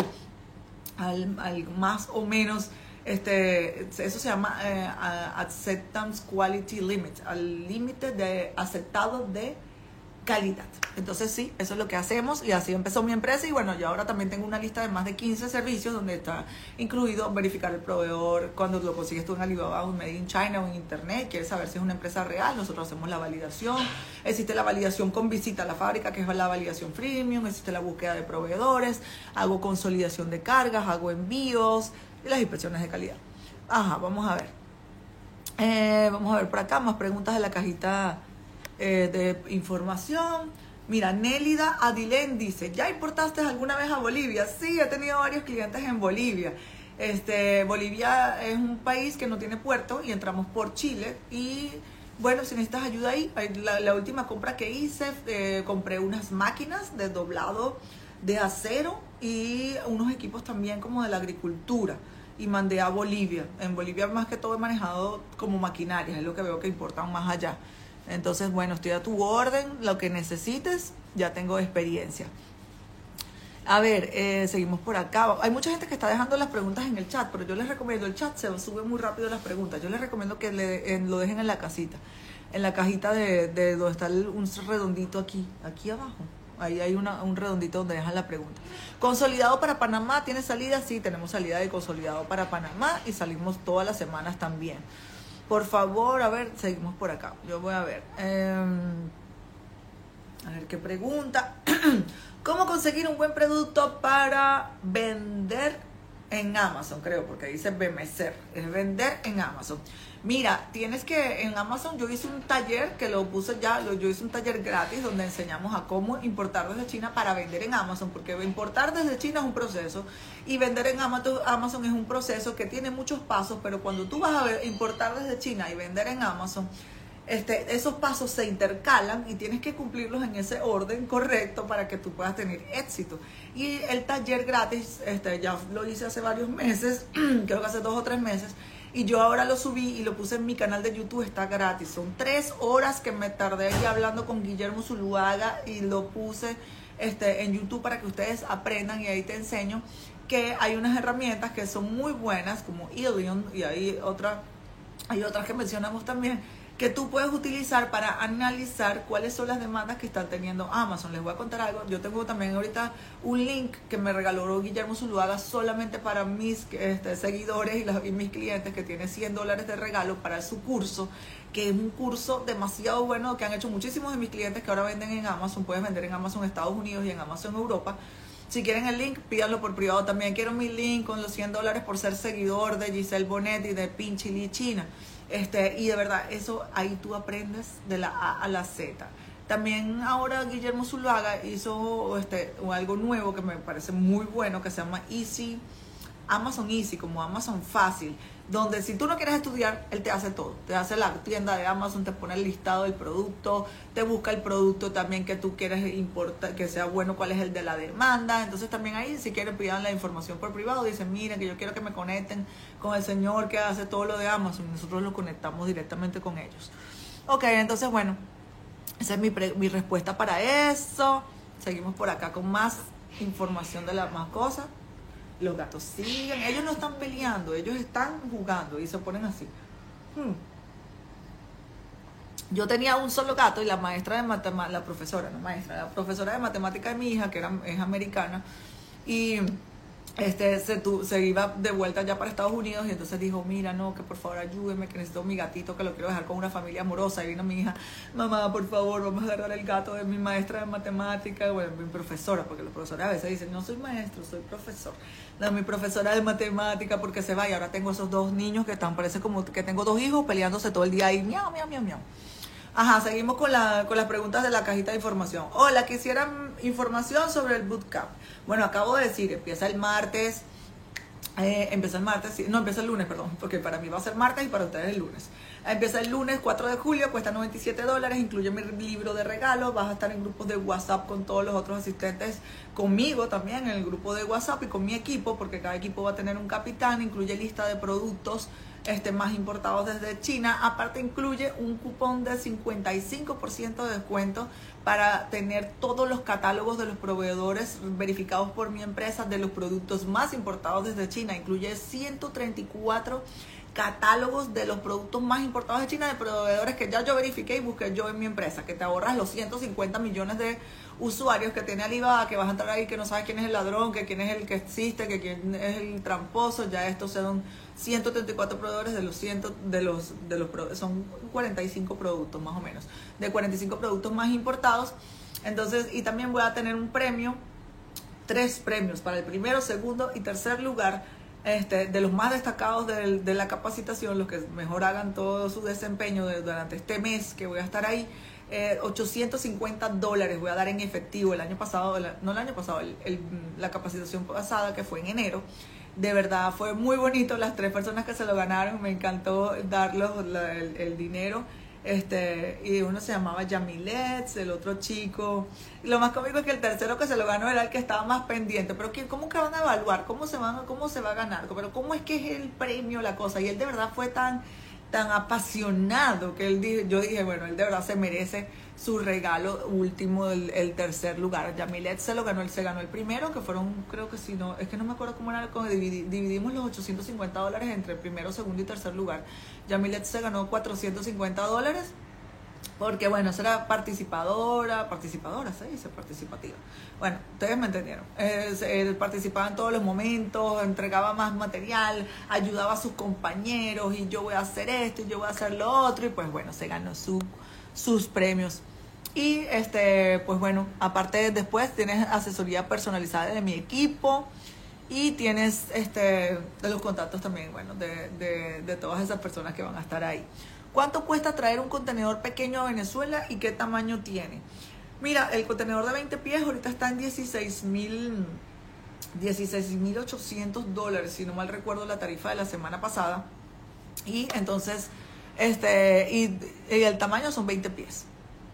al, al más o menos, este, eso se llama eh, Acceptance Quality Limit, al límite de aceptado de calidad. Entonces sí, eso es lo que hacemos y así empezó mi empresa. Y bueno, yo ahora también tengo una lista de más de quince servicios donde está incluido verificar el proveedor cuando lo consigues tú en Alibaba o en Made in China o en internet, quieres saber si es una empresa real, nosotros hacemos la validación. Existe la validación con visita a la fábrica, que es la validación freemium, existe la búsqueda de proveedores, hago consolidación de cargas, hago envíos y las inspecciones de calidad. Ajá, vamos a ver eh, vamos a ver por acá más preguntas de la cajita Eh, de información. Mira, Nélida Adilén dice, ¿ya importaste alguna vez a Bolivia? Sí, he tenido varios clientes en Bolivia. Este, Bolivia es un país que no tiene puerto y entramos por Chile. Y bueno, si necesitas ayuda ahí, la, la última compra que hice, eh, compré unas máquinas de doblado de acero y unos equipos también como de la agricultura. Y mandé a Bolivia. En Bolivia más que todo he manejado como maquinaria, es lo que veo que importan más allá. Entonces, bueno, estoy a tu orden, lo que necesites, ya tengo experiencia. A ver, eh, seguimos por acá. Hay mucha gente que está dejando las preguntas en el chat, pero yo les recomiendo, el chat se sube muy rápido las preguntas. Yo les recomiendo que le, en, lo dejen en la casita, en la cajita de, de donde está el, un redondito aquí, aquí abajo. Ahí hay una, un redondito donde dejan la pregunta. ¿Consolidado para Panamá tiene salida? Sí, tenemos salida de consolidado para Panamá y salimos todas las semanas también. Por favor, a ver, seguimos por acá. Yo voy a ver. Eh, a ver qué pregunta. ¿Cómo conseguir un buen producto para vender en Amazon? Creo, porque dice bemecer. Es vender en Amazon. Mira, tienes que, en Amazon yo hice un taller que lo puse ya, lo, yo hice un taller gratis donde enseñamos a cómo importar desde China para vender en Amazon, porque importar desde China es un proceso y vender en Amazon, Amazon es un proceso que tiene muchos pasos, pero cuando tú vas a ver, importar desde China y vender en Amazon, este, esos pasos se intercalan y tienes que cumplirlos en ese orden correcto para que tú puedas tener éxito. Y el taller gratis, este, ya lo hice hace varios meses, creo que hace dos o tres meses, y yo ahora lo subí y lo puse en mi canal de YouTube, está gratis. Son tres horas que me tardé aquí hablando con Guillermo Zuluaga y lo puse este, en YouTube para que ustedes aprendan y ahí te enseño que hay unas herramientas que son muy buenas como Illion y hay, otra, hay otras que mencionamos también que tú puedes utilizar para analizar cuáles son las demandas que están teniendo Amazon. Les voy a contar algo. Yo tengo también ahorita un link que me regaló Guillermo Zuluaga solamente para mis este, seguidores y, los, y mis clientes, que tiene cien dólares de regalo para su curso, que es un curso demasiado bueno que han hecho muchísimos de mis clientes que ahora venden en Amazon. Puedes vender en Amazon Estados Unidos y en Amazon Europa. Si quieren el link, pídanlo por privado también. Quiero mi link con los cien dólares por ser seguidor de Giselle Bonet y de Pinchili China. Este, y de verdad, eso ahí tú aprendes de la A a la Z. También ahora Guillermo Zuluaga hizo este, algo nuevo que me parece muy bueno, que se llama Easy, Amazon Easy, como Amazon Fácil, donde si tú no quieres estudiar, él te hace todo. Te hace la tienda de Amazon, te pone el listado del producto, te busca el producto también que tú quieres importar, que sea bueno, cuál es el de la demanda. Entonces también ahí, si quieren, pidan la información por privado, dicen, miren, que yo quiero que me conecten con el señor que hace todo lo de Amazon. Nosotros lo conectamos directamente con ellos. Ok, entonces bueno, esa es mi, pre mi respuesta para eso. Seguimos por acá con más información de las más cosas. Los gatos siguen, ellos no están peleando, ellos están jugando y se ponen así. Hmm. Yo tenía un solo gato y la maestra de matemáticas, la profesora, no maestra, la profesora de matemáticas de mi hija, que era, es americana, y este se, tu, se iba de vuelta ya para Estados Unidos y entonces dijo, mira, no, que por favor ayúdeme, que necesito mi gatito, que lo quiero dejar con una familia amorosa. Y vino mi hija, mamá, por favor, vamos a agarrar el gato de mi maestra de matemáticas, bueno, mi profesora, porque los profesores a veces dicen, no soy maestro, soy profesor. No, mi profesora de matemática, porque se va y ahora tengo esos dos niños que están, parece como que tengo dos hijos peleándose todo el día ahí, miau, miau, miau, miau. Ajá, seguimos con, la, con las preguntas de la cajita de información. Hola, quisiera información sobre el bootcamp. Bueno, acabo de decir, empieza el martes, eh, empieza el martes, no, empieza el lunes, perdón, porque para mí va a ser martes y para ustedes el lunes. Empieza el lunes cuatro de julio, cuesta noventa y siete dólares, incluye mi libro de regalo, vas a estar en grupos de WhatsApp con todos los otros asistentes, conmigo también en el grupo de WhatsApp y con mi equipo, porque cada equipo va a tener un capitán, incluye lista de productos este, más importados desde China, aparte incluye un cupón de cincuenta y cinco por ciento de descuento para tener todos los catálogos de los proveedores verificados por mi empresa de los productos más importados desde China, incluye ciento treinta y cuatro catálogos de los productos más importados de China de proveedores que ya yo verifiqué y busqué yo en mi empresa, que te ahorras los ciento cincuenta millones de usuarios que tiene Alibaba, que vas a entrar ahí que no sabes quién es el ladrón, que quién es el que existe, que quién es el tramposo. Ya estos son ciento treinta y cuatro proveedores de los ciento de los de los son cuarenta y cinco productos más o menos, de cuarenta y cinco productos más importados. Entonces, y también voy a tener un premio, tres premios para el primero, segundo y tercer lugar. Este, de los más destacados de, de la capacitación, los que mejor hagan todo su desempeño de, durante este mes que voy a estar ahí, eh, ochocientos cincuenta dólares voy a dar en efectivo. El año pasado, el, no el año pasado, el, el, la capacitación pasada que fue en enero, de verdad fue muy bonito. Las tres personas que se lo ganaron, me encantó darles la, el, el dinero. Este, y uno se llamaba Yamilet, el otro chico. Y lo más cómico es que el tercero que se lo ganó era el que estaba más pendiente. Pero ¿cómo que van a evaluar? ¿Cómo se, van, cómo se va a ganar? Pero ¿cómo es que es el premio, la cosa? Y él de verdad fue tan, tan apasionado que él dijo, yo dije, bueno, él de verdad se merece su regalo último, el, el tercer lugar. Yamilet se lo ganó, él se ganó el primero, que fueron, creo que si no, es que no me acuerdo cómo era, dividimos los ochocientos cincuenta dólares entre el primero, segundo y tercer lugar. Yamilet se ganó cuatrocientos cincuenta dólares, porque bueno, eso era participadora, participadora, se dice, participativa. Bueno, ustedes me entendieron. Eh, él participaba en todos los momentos, entregaba más material, ayudaba a sus compañeros, y yo voy a hacer esto, y yo voy a hacer lo otro, y pues bueno, se ganó su sus premios. Y este pues bueno, aparte después tienes asesoría personalizada de mi equipo y tienes este de los contactos también, bueno, de, de, de todas esas personas que van a estar ahí. ¿Cuánto cuesta traer un contenedor pequeño a Venezuela y qué tamaño tiene? Mira, el contenedor de veinte pies ahorita está en dieciséis mil ochocientos dólares, si no mal recuerdo la tarifa de la semana pasada. Y entonces Este, y, y el tamaño son veinte pies.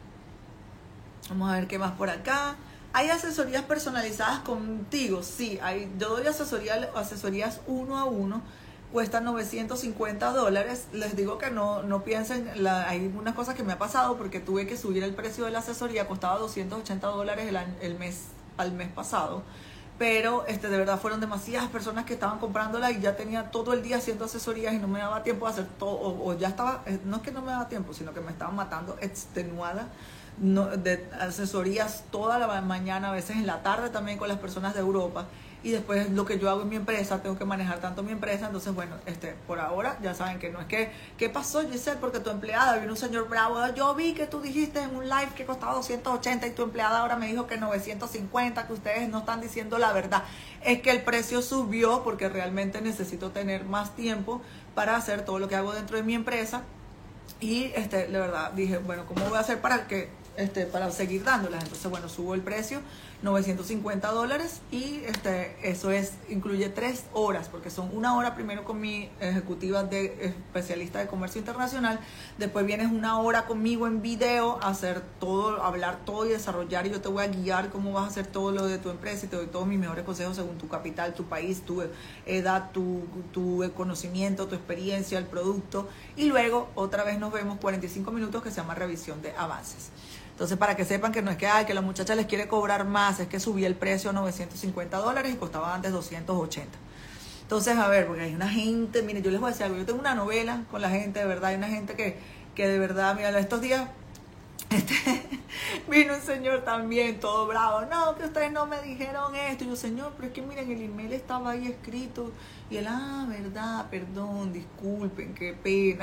Vamos a ver qué más por acá. ¿Hay asesorías personalizadas contigo? Sí, hay, yo doy asesoría, asesorías uno a uno. Cuestan novecientos cincuenta dólares. Les digo que no, no piensen, la, hay unas cosas que me ha pasado porque tuve que subir el precio de la asesoría. Costaba doscientos ochenta dólares el, el mes, al mes pasado. Pero este, de verdad fueron demasiadas personas que estaban comprándola y ya tenía todo el día haciendo asesorías y no me daba tiempo de hacer todo, o, o ya estaba, no es que no me daba tiempo, sino que me estaba matando extenuada, no, de asesorías toda la mañana, a veces en la tarde también con las personas de Europa. Y después lo que yo hago en mi empresa, tengo que manejar tanto mi empresa. Entonces, bueno, este, por ahora ya saben que no es que, ¿qué pasó, Giselle? Porque tu empleada, vino un señor bravo, yo vi que tú dijiste en un live que costaba doscientos ochenta y tu empleada ahora me dijo que novecientos cincuenta, que ustedes no están diciendo la verdad. Es que el precio subió porque realmente necesito tener más tiempo para hacer todo lo que hago dentro de mi empresa. Y este, de verdad dije, bueno, ¿cómo voy a hacer para que este, para seguir dándolas. Entonces, bueno, subo el precio, novecientos cincuenta dólares, y este, eso es, incluye tres horas, porque son una hora primero con mi ejecutiva de especialista de comercio internacional, después vienes una hora conmigo en video a hacer todo, hablar todo y desarrollar, y yo te voy a guiar cómo vas a hacer todo lo de tu empresa y te doy todos mis mejores consejos según tu capital, tu país, tu edad, tu, tu conocimiento, tu experiencia, el producto, y luego otra vez nos vemos cuarenta y cinco minutos que se llama revisión de avances. Entonces, para que sepan que no es que, ay, que la muchacha les quiere cobrar más, es que subí el precio a novecientos cincuenta dólares y costaba antes doscientos ochenta. Entonces, a ver, porque hay una gente, mire, yo les voy a decir algo, yo tengo una novela con la gente, de verdad, hay una gente que, que de verdad, mira, estos días, este, vino un señor también, todo bravo, no, que ustedes no me dijeron esto, y yo, señor, pero es que miren, el email estaba ahí escrito, y él, ah, verdad, perdón, disculpen, qué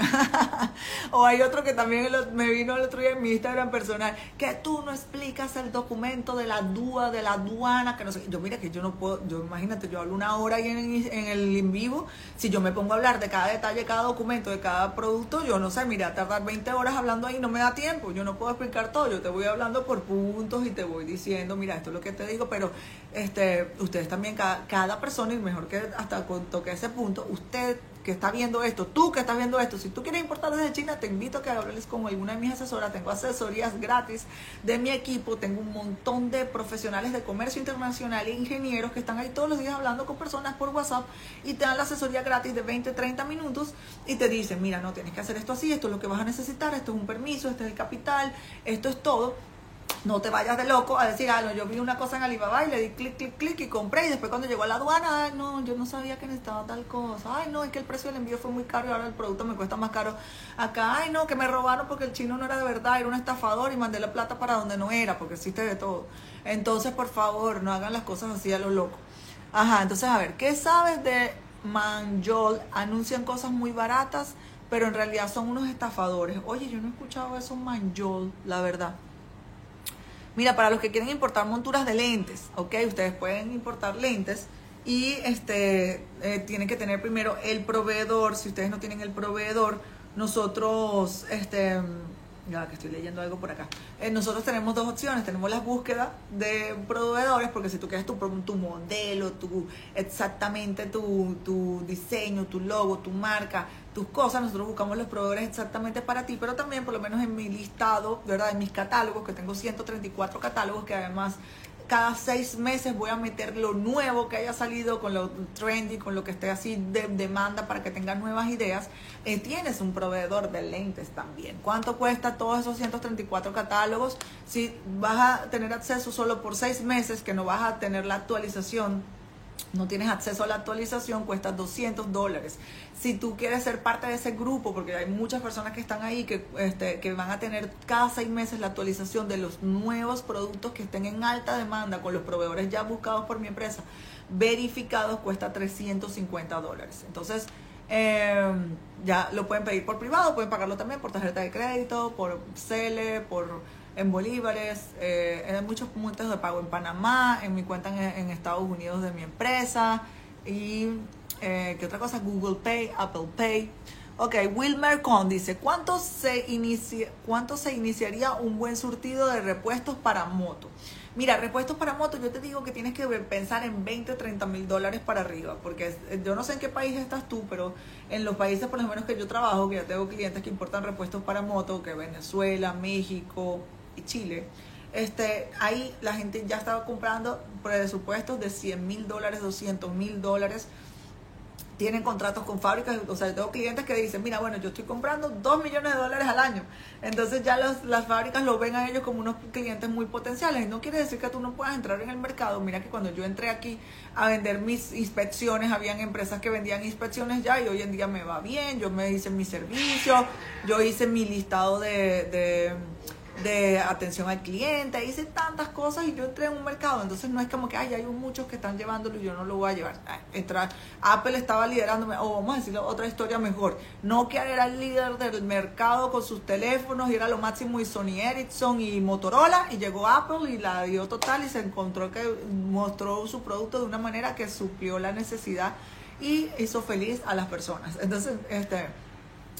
pena. O hay otro que también me vino el otro día en mi Instagram personal, que tú no explicas el documento de la D U A, de la aduana, que no sé. Yo, mira que yo no puedo, yo imagínate, yo hablo una hora ahí en, en el en vivo, si yo me pongo a hablar de cada detalle, cada documento, de cada producto, yo no sé, mira, tardar veinte horas hablando ahí no me da tiempo, yo no puedo explicar todo, yo te voy hablando por puntos y te voy diciendo, mira, esto es lo que te digo, pero este, ustedes también, cada, cada persona, y mejor que hasta con toque ese punto, usted que está viendo esto, tú que estás viendo esto, si tú quieres importar desde China, te invito a que hables con alguna de mis asesoras. Tengo asesorías gratis de mi equipo, tengo un montón de profesionales de comercio internacional e ingenieros que están ahí todos los días hablando con personas por WhatsApp y te dan la asesoría gratis de veinte, treinta minutos y te dicen, mira, no, tienes que hacer esto así, esto es lo que vas a necesitar, esto es un permiso, este es el capital, esto es todo. No te vayas de loco a decir, ah, no, yo vi una cosa en Alibaba y le di clic, clic, clic y compré, y después cuando llegó a la aduana, ay, no, yo no sabía que necesitaba tal cosa, ay, no, es que el precio del envío fue muy caro y ahora el producto me cuesta más caro acá, ay, no, que me robaron porque el chino no era de verdad, era un estafador y mandé la plata para donde no era, porque existe de todo. Entonces, por favor, no hagan las cosas así a lo loco. Ajá, entonces, a ver, ¿qué sabes de Manjol? Anuncian cosas muy baratas, pero en realidad son unos estafadores. Oye, yo no he escuchado eso, Manjol, la verdad. Mira, para los que quieren importar monturas de lentes, ¿ok? Ustedes pueden importar lentes y este eh, tienen que tener primero el proveedor. Si ustedes no tienen el proveedor, nosotros, este, ya que estoy leyendo algo por acá, eh, nosotros tenemos dos opciones. Tenemos las búsquedas de proveedores, porque si tú quieres tu, tu modelo, tu, exactamente tu, tu diseño, tu logo, tu marca, tus cosas, nosotros buscamos los proveedores exactamente para ti, pero también por lo menos en mi listado, ¿verdad? En mis catálogos, que tengo ciento treinta y cuatro catálogos, que además cada seis meses voy a meter lo nuevo que haya salido, con lo trendy, con lo que esté así de demanda para que tengan nuevas ideas. Eh, tienes un proveedor de lentes también. ¿Cuánto cuesta todos esos ciento treinta y cuatro catálogos? Si vas a tener acceso solo por seis meses, que no vas a tener la actualización, no tienes acceso a la actualización, cuesta doscientos dólares. Si tú quieres ser parte de ese grupo, porque hay muchas personas que están ahí que, este, que van a tener cada seis meses la actualización de los nuevos productos que estén en alta demanda con los proveedores ya buscados por mi empresa, verificados, cuesta trescientos cincuenta dólares. Entonces, eh, ya lo pueden pedir por privado, pueden pagarlo también por tarjeta de crédito, por Cele, por en bolívares, eh, en muchos puntos de pago en Panamá, en mi cuenta en, en Estados Unidos de mi empresa, y eh, ¿qué otra cosa? Google Pay, Apple Pay. Ok, Wilmer Con dice, ¿cuánto se, inicia, ¿cuánto se iniciaría un buen surtido de repuestos para moto? Mira, repuestos para moto, yo te digo que tienes que pensar en veinte, treinta mil dólares para arriba, porque yo no sé en qué país estás tú, pero en los países por lo menos que yo trabajo, que ya tengo clientes que importan repuestos para moto, que Venezuela, México y Chile, este, ahí la gente ya estaba comprando presupuestos de cien mil dólares, doscientos mil dólares. Tienen contratos con fábricas, o sea, tengo clientes que dicen, mira, bueno, yo estoy comprando dos millones de dólares al año. Entonces ya los, las fábricas lo ven a ellos como unos clientes muy potenciales. No quiere decir que tú no puedas entrar en el mercado. Mira que cuando yo entré aquí a vender mis inspecciones, habían empresas que vendían inspecciones ya, y hoy en día me va bien. Yo me hice mi servicio, yo hice mi listado de... de de atención al cliente, hice tantas cosas y yo entré en un mercado. Entonces no es como que ay, hay muchos que están llevándolo y yo no lo voy a llevar. Entrar, Apple estaba liderándome, o vamos a decirlo otra historia mejor, Nokia era el líder del mercado con sus teléfonos y era lo máximo, y Sony Ericsson y Motorola, y llegó Apple y la dio total y se encontró que mostró su producto de una manera que suplió la necesidad y hizo feliz a las personas. Entonces, este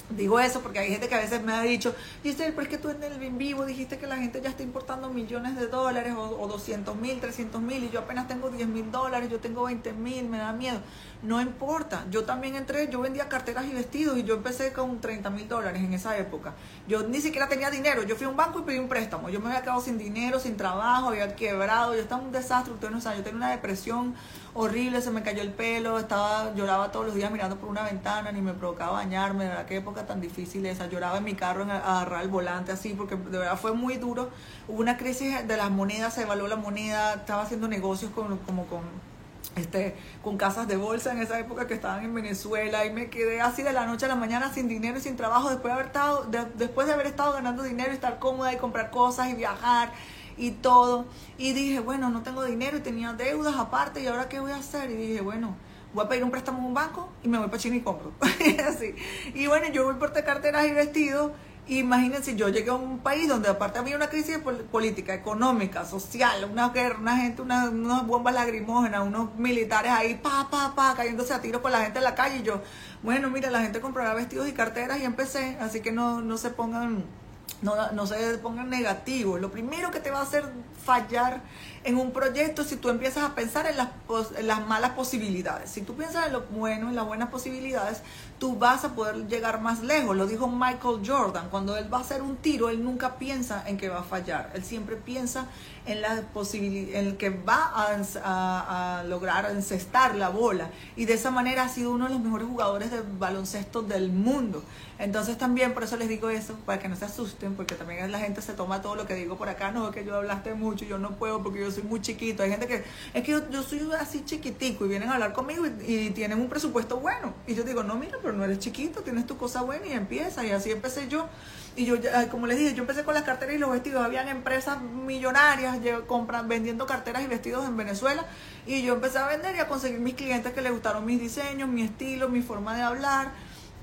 Digo eso porque hay gente que a veces me ha dicho, Giselle, pero es que tú en el en vivo dijiste que la gente ya está importando millones de dólares o, o doscientos mil, trescientos mil y yo apenas tengo diez mil dólares, yo tengo veinte mil, me da miedo. No importa, yo también entré, yo vendía carteras y vestidos y yo empecé con treinta mil dólares en esa época. Yo ni siquiera tenía dinero, yo fui a un banco y pedí un préstamo. Yo me había quedado sin dinero, sin trabajo, había quebrado, yo estaba en un desastre, ustedes no saben, yo tenía una depresión horrible, se me cayó el pelo, estaba, lloraba todos los días mirando por una ventana, ni me provocaba bañarme, de verdad, qué época tan difícil esa. Lloraba en mi carro en agarrar el volante así, porque de verdad fue muy duro. Hubo una crisis de las monedas, se evaluó la moneda, estaba haciendo negocios con, como con, este, con casas de bolsa en esa época que estaban en Venezuela, y me quedé así de la noche a la mañana sin dinero y sin trabajo, después de haber estado, de, después de haber estado ganando dinero y estar cómoda y comprar cosas y viajar y todo, y dije, bueno, no tengo dinero y tenía deudas aparte, y ahora qué voy a hacer, y dije, bueno, voy a pedir un préstamo en un banco y me voy para China y compro. Así. Y bueno, yo voy por carteras y vestidos. Imagínense, yo llegué a un país donde aparte había una crisis política, económica, social, una guerra, una gente, una, unas bombas lagrimógenas, unos militares ahí, pa, pa, pa, cayéndose a tiros con la gente en la calle. Y yo, bueno, mira, la gente comprará vestidos y carteras y empecé, así que no, no se pongan... No, no se pongan negativos. Lo primero que te va a hacer fallar en un proyecto es si tú empiezas a pensar en las, en las malas posibilidades. Si tú piensas en lo bueno, en las buenas posibilidades, tú vas a poder llegar más lejos. Lo dijo Michael Jordan. Cuando él va a hacer un tiro, él nunca piensa en que va a fallar. Él siempre piensa en la posibilidad, en que va a, a, a lograr encestar la bola. Y de esa manera ha sido uno de los mejores jugadores de baloncesto del mundo. Entonces también, por eso les digo eso, para que no se asusten, porque también la gente se toma todo lo que digo por acá, no, que yo hablaste mucho, yo no puedo porque yo soy muy chiquito. Hay gente que, es que yo, yo soy así chiquitico y vienen a hablar conmigo y, y tienen un presupuesto bueno. Y yo digo, no, mira, pero no eres chiquito, tienes tu cosa buena y empieza. Y así empecé yo. Y yo, como les dije, yo empecé con las carteras y los vestidos. Habían empresas millonarias yo, compran, vendiendo carteras y vestidos en Venezuela. Y yo empecé a vender y a conseguir mis clientes que les gustaron mis diseños, mi estilo, mi forma de hablar.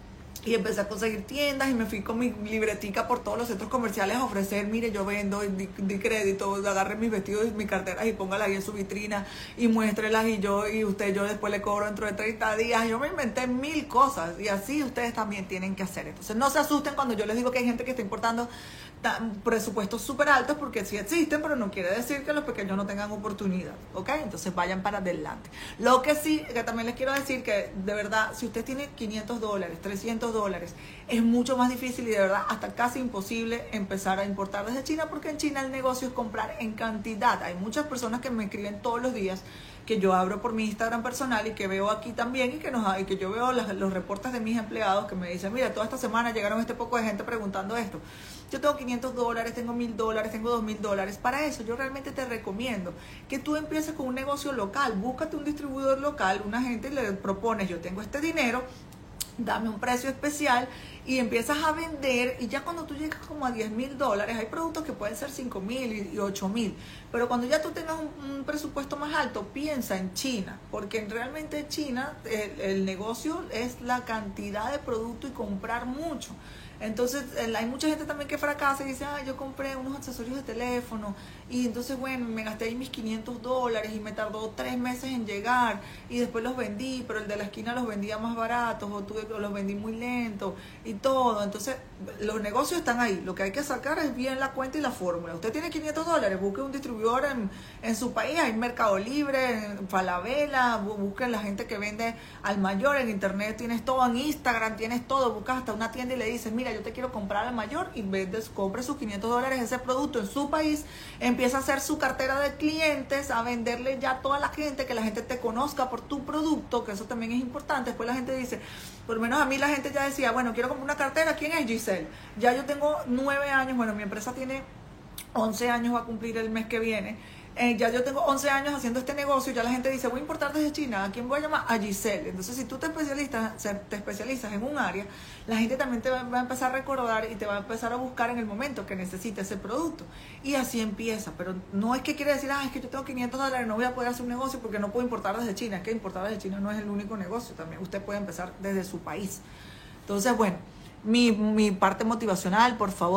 Y empecé a conseguir tiendas y me fui con mi libretica por todos los centros comerciales a ofrecer, mire, yo vendo, di, di crédito, agarre mis vestidos y mis carteras y póngala ahí en su vitrina y muéstrelas, y yo y usted, yo después le cobro dentro de treinta días. Yo me inventé mil cosas y así ustedes también tienen que hacer. Entonces no se asusten cuando yo les digo que hay gente que está importando presupuestos súper altos, porque sí existen, pero no quiere decir que los pequeños no tengan oportunidad, ¿ok? Entonces vayan para adelante. Lo que sí, que también les quiero decir que de verdad, si usted tiene quinientos dólares, trescientos dólares, es mucho más difícil y de verdad hasta casi imposible empezar a importar desde China, porque en China el negocio es comprar en cantidad. Hay muchas personas que me escriben todos los días, que yo abro por mi Instagram personal y que veo aquí también, y que, nos, y que yo veo las, los reportes de mis empleados que me dicen, mira, toda esta semana llegaron este poco de gente preguntando esto. Yo tengo quinientos dólares, tengo mil dólares, tengo dos mil dólares. Para eso yo realmente te recomiendo que tú empieces con un negocio local. Búscate un distribuidor local, una gente le propones, yo tengo este dinero, dame un precio especial, y empiezas a vender. Y ya cuando tú llegas como a diez mil dólares, hay productos que pueden ser cinco mil y ocho mil, pero cuando ya tú tengas un, un presupuesto más alto, piensa en China, porque realmente China el, el negocio es la cantidad de producto y comprar mucho. Entonces hay mucha gente también que fracasa y dice, ah, yo compré unos accesorios de teléfono y entonces bueno, me gasté ahí mis quinientos dólares y me tardó tres meses en llegar y después los vendí, pero el de la esquina los vendía más baratos, o, tuve, o los vendí muy lento y todo. Entonces los negocios están ahí, lo que hay que sacar es bien la cuenta y la fórmula. Usted tiene quinientos dólares, busque un distribuidor en, en su país, hay Mercado Libre, en Falabella, busquen la gente que vende al mayor, en internet tienes todo, en Instagram tienes todo, buscas hasta una tienda y le dices, mira, yo te quiero comprar al mayor, y vendes, compre sus quinientos dólares ese producto en su país, empieza a hacer su cartera de clientes, a venderle ya a toda la gente, que la gente te conozca por tu producto, que eso también es importante. Después la gente dice, por lo menos a mí la gente ya decía, bueno, quiero comprar una cartera, ¿quién es Giselle? Ya yo tengo nueve años, bueno, mi empresa tiene once años, va a cumplir el mes que viene. Eh, ya yo tengo once años haciendo este negocio, ya la gente dice, voy a importar desde China, ¿a quién voy a llamar? A Giselle. Entonces, si tú te especializas, te especializas en un área, la gente también te va, va a empezar a recordar y te va a empezar a buscar en el momento que necesites ese producto. Y así empieza. Pero no es que quiere decir, ah, es que yo tengo quinientos dólares, no voy a poder hacer un negocio porque no puedo importar desde China. Es que importar desde China no es el único negocio, también usted puede empezar desde su país. Entonces, bueno, mi, mi parte motivacional, por favor,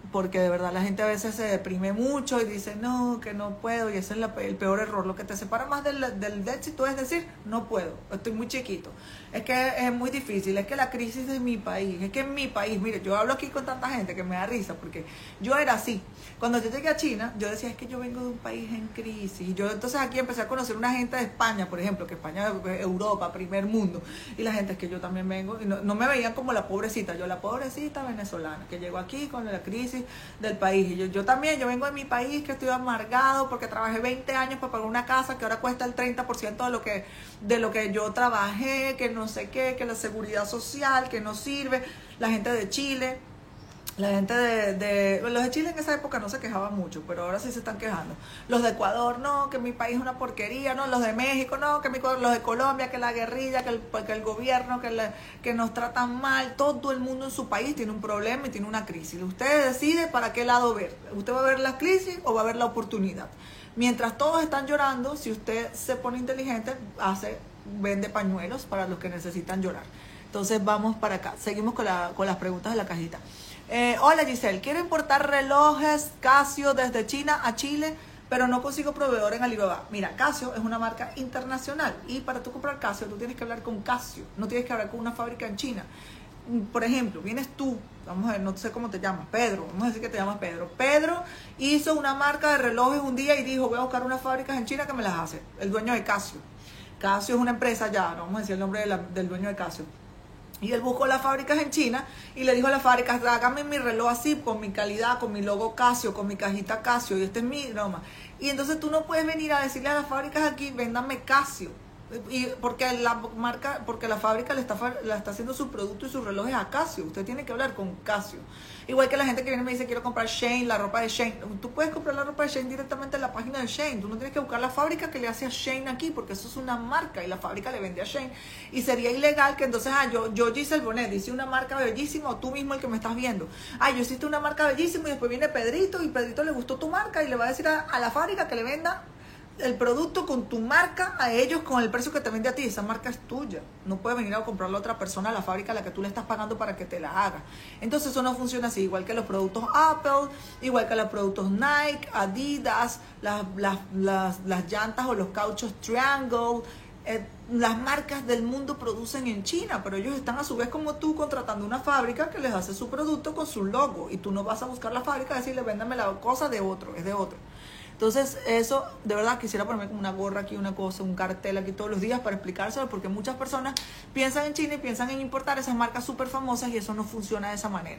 porque de verdad la gente a veces se deprime mucho y dice, no, que no puedo, y ese es la, el peor error. Lo que te separa más del, del éxito es decir, no puedo, estoy muy chiquito, es que es muy difícil, es que la crisis de mi país, es que en mi país, mire, yo hablo aquí con tanta gente que me da risa, porque yo era así. Cuando yo llegué a China, yo decía, es que yo vengo de un país en crisis, y yo entonces aquí empecé a conocer una gente de España, por ejemplo, que España es Europa, primer mundo, y la gente es que yo también vengo, y no, no me veían como la pobrecita, yo la pobrecita venezolana, que llegó aquí con la crisis del país. Y yo, yo también, yo vengo de mi país, que estoy amargado porque trabajé veinte años para pagar una casa que ahora cuesta el treinta por ciento de lo que de lo que yo trabajé, que no sé qué, que la seguridad social, que no sirve. La gente de Chile, la gente de, de... Los de Chile en esa época no se quejaban mucho, pero ahora sí se están quejando. Los de Ecuador, no, que mi país es una porquería, no. Los de México, no, que mi, los de Colombia, que la guerrilla, que el, que el gobierno, que, le, que nos tratan mal. Todo el mundo en su país tiene un problema y tiene una crisis. Usted decide para qué lado ver. ¿Usted va a ver la crisis o va a ver la oportunidad? Mientras todos están llorando, si usted se pone inteligente, hace, vende pañuelos para los que necesitan llorar. Entonces vamos para acá. Seguimos con, la, con las preguntas de la cajita. Eh, hola Giselle, quiero importar relojes Casio desde China a Chile, pero no consigo proveedor en Alibaba. Mira, Casio es una marca internacional y para tú comprar Casio tú tienes que hablar con Casio, no tienes que hablar con una fábrica en China. Por ejemplo, vienes tú, vamos a ver, no sé cómo te llamas, Pedro, vamos a decir que te llamas Pedro. Pedro hizo una marca de relojes un día y dijo, voy a buscar unas fábricas en China que me las hace. El dueño de Casio. Casio es una empresa ya, no vamos a decir el nombre de la, del dueño de Casio. Y él buscó las fábricas en China y le dijo a las fábricas, hágame mi reloj así, con mi calidad, con mi logo Casio, con mi cajita Casio, y este es mi broma. Y entonces tú no puedes venir a decirle a las fábricas aquí, véndame Casio. Y porque la marca, porque la fábrica le está, le está haciendo su producto y sus relojes a Casio. Usted tiene que hablar con Casio. Igual que la gente que viene y me dice, quiero comprar Shane, la ropa de Shane. Tú puedes comprar la ropa de Shane directamente en la página de Shane. Tú no tienes que buscar la fábrica que le hace a Shane aquí, porque eso es una marca y la fábrica le vende a Shane. Y sería ilegal que entonces, ah, yo, yo Giselle Bonet, hice una marca bellísima, o tú mismo el que me estás viendo. Ah, yo hiciste una marca bellísima y después viene Pedrito y Pedrito le gustó tu marca y le va a decir a, a la fábrica que le venda el producto con tu marca a ellos con el precio que te vende a ti. Esa marca es tuya, no puede venir a comprarla a otra persona a la fábrica a la que tú le estás pagando para que te la haga. Entonces eso no funciona así, igual que los productos Apple, igual que los productos Nike, Adidas, las, las, las, las llantas o los cauchos Triangle. Eh, las marcas del mundo producen en China, pero ellos están a su vez como tú contratando una fábrica que les hace su producto con su logo y tú no vas a buscar la fábrica y decirle véndame la cosa de otro, es de otro. Entonces eso, de verdad, quisiera ponerme como una gorra aquí, una cosa, un cartel aquí todos los días para explicárselo, porque muchas personas piensan en China y piensan en importar esas marcas súper famosas y eso no funciona de esa manera.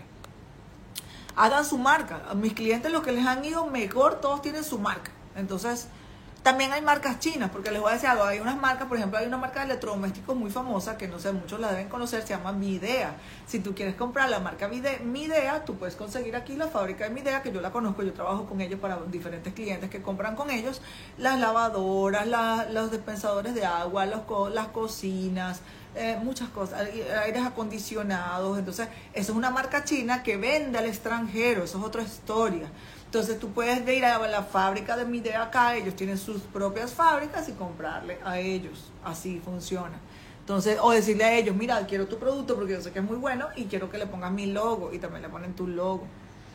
Hagan su marca. A mis clientes, los que les han ido mejor, todos tienen su marca. Entonces, también hay marcas chinas, porque les voy a decir algo, hay unas marcas, por ejemplo, hay una marca de electrodomésticos muy famosa, que no sé, muchos la deben conocer, se llama Midea. Si tú quieres comprar la marca Midea, tú puedes conseguir aquí la fábrica de Midea, que yo la conozco, yo trabajo con ellos para diferentes clientes que compran con ellos, las lavadoras, la, los dispensadores de agua, los, las cocinas, eh, muchas cosas, aires acondicionados. Entonces, esa es una marca china que vende al extranjero, eso es otra historia. Entonces tú puedes ir a la fábrica de Midea acá, ellos tienen sus propias fábricas y comprarle a ellos. Así funciona. Entonces, o decirle a ellos, mira, quiero tu producto porque yo sé que es muy bueno y quiero que le pongas mi logo y también le ponen tu logo.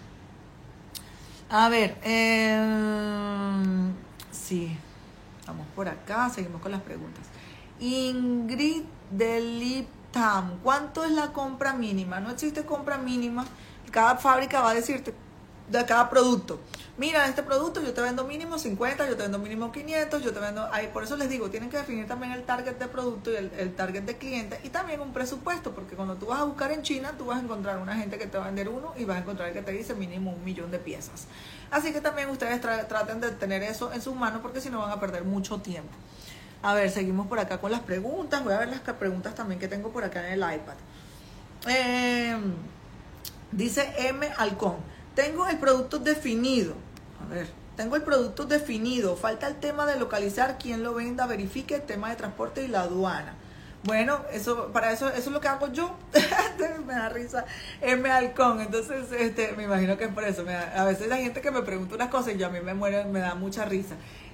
A ver, eh, sí, vamos por acá, seguimos con las preguntas. Ingrid de Liptam, ¿cuánto es la compra mínima? No existe compra mínima, cada fábrica va a decirte de cada producto. Mira, este producto yo te vendo mínimo cincuenta, yo te vendo mínimo quinientos, yo te vendo... Ahí, por eso les digo, tienen que definir también el target de producto y el, el target de cliente y también un presupuesto, porque cuando tú vas a buscar en China, tú vas a encontrar una gente que te va a vender uno y vas a encontrar el que te dice mínimo un millón de piezas. Así que también ustedes tra traten de tener eso en sus manos, porque si no van a perder mucho tiempo. A ver, seguimos por acá con las preguntas. Voy a ver las preguntas también que tengo por acá en el iPad. Eh, dice M. Halcón. Tengo el producto definido. A ver, tengo el producto definido. Falta el tema de localizar quién lo venda, verifique el tema de transporte y la aduana. Bueno, eso, para eso, eso es lo que hago yo. Me da risa. M. Halcón. Entonces, este, me imagino que es por eso. Me da, a veces hay gente que me pregunta unas cosas y yo a mí me muero, me da mucha risa.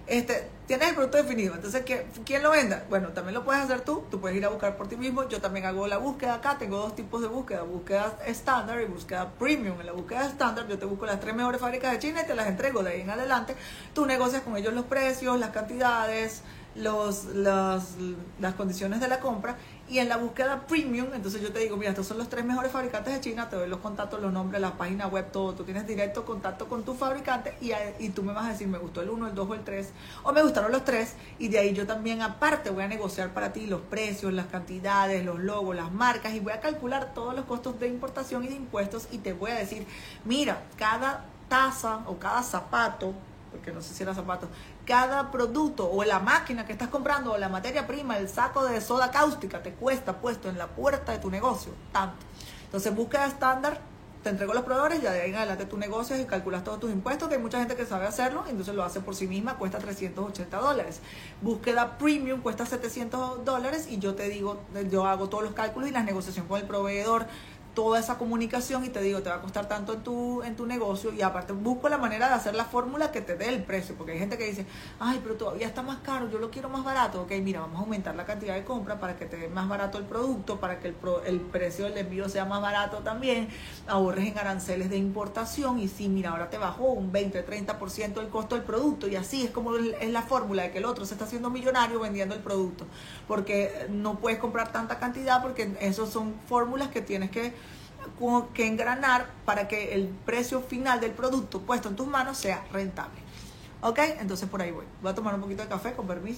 Este, tienes el producto definido, entonces ¿quién lo venda? Bueno, también lo puedes hacer tú, tú puedes ir a buscar por ti mismo. Yo también hago la búsqueda acá, tengo dos tipos de búsqueda, búsqueda estándar y búsqueda premium. En la búsqueda estándar yo te busco las tres mejores fábricas de China y te las entrego. De ahí en adelante tú negocias con ellos los precios, las cantidades, los, las, las condiciones de la compra. Y en la búsqueda premium, entonces yo te digo, mira, estos son los tres mejores fabricantes de China, te doy los contactos, los nombres, la página web, todo. Tú tienes directo contacto con tu fabricante y, y tú me vas a decir, me gustó el uno, el dos o el tres, o me gustaron los tres, y de ahí yo también aparte voy a negociar para ti los precios, las cantidades, los logos, las marcas, y voy a calcular todos los costos de importación y de impuestos, y te voy a decir, mira, cada taza o cada zapato, porque no sé si era zapato, cada producto o la máquina que estás comprando o la materia prima, el saco de soda cáustica te cuesta puesto en la puerta de tu negocio tanto. Entonces búsqueda estándar, te entrego los proveedores, ya de ahí en adelante tu negocio y calculas todos tus impuestos, que hay mucha gente que sabe hacerlo, entonces lo hace por sí misma, cuesta trescientos ochenta dólares. Búsqueda premium cuesta setecientos dólares y yo te digo, yo hago todos los cálculos y la negociación con el proveedor, toda esa comunicación, y te digo, te va a costar tanto en tu, en tu negocio, y aparte busco la manera de hacer la fórmula que te dé el precio, porque hay gente que dice, ay, pero todavía está más caro, yo lo quiero más barato. Ok, mira, vamos a aumentar la cantidad de compra para que te dé más barato el producto, para que el, pro, el precio del envío sea más barato también, ahorres en aranceles de importación, y sí, mira, ahora te bajó un veinte, treinta por ciento el costo del producto, y así es como es la fórmula de que el otro se está haciendo millonario vendiendo el producto, porque no puedes comprar tanta cantidad, porque esos son fórmulas que tienes que que engranar para que el precio final del producto puesto en tus manos sea rentable. Ok, entonces por ahí voy. Voy a tomar un poquito de café, con permiso.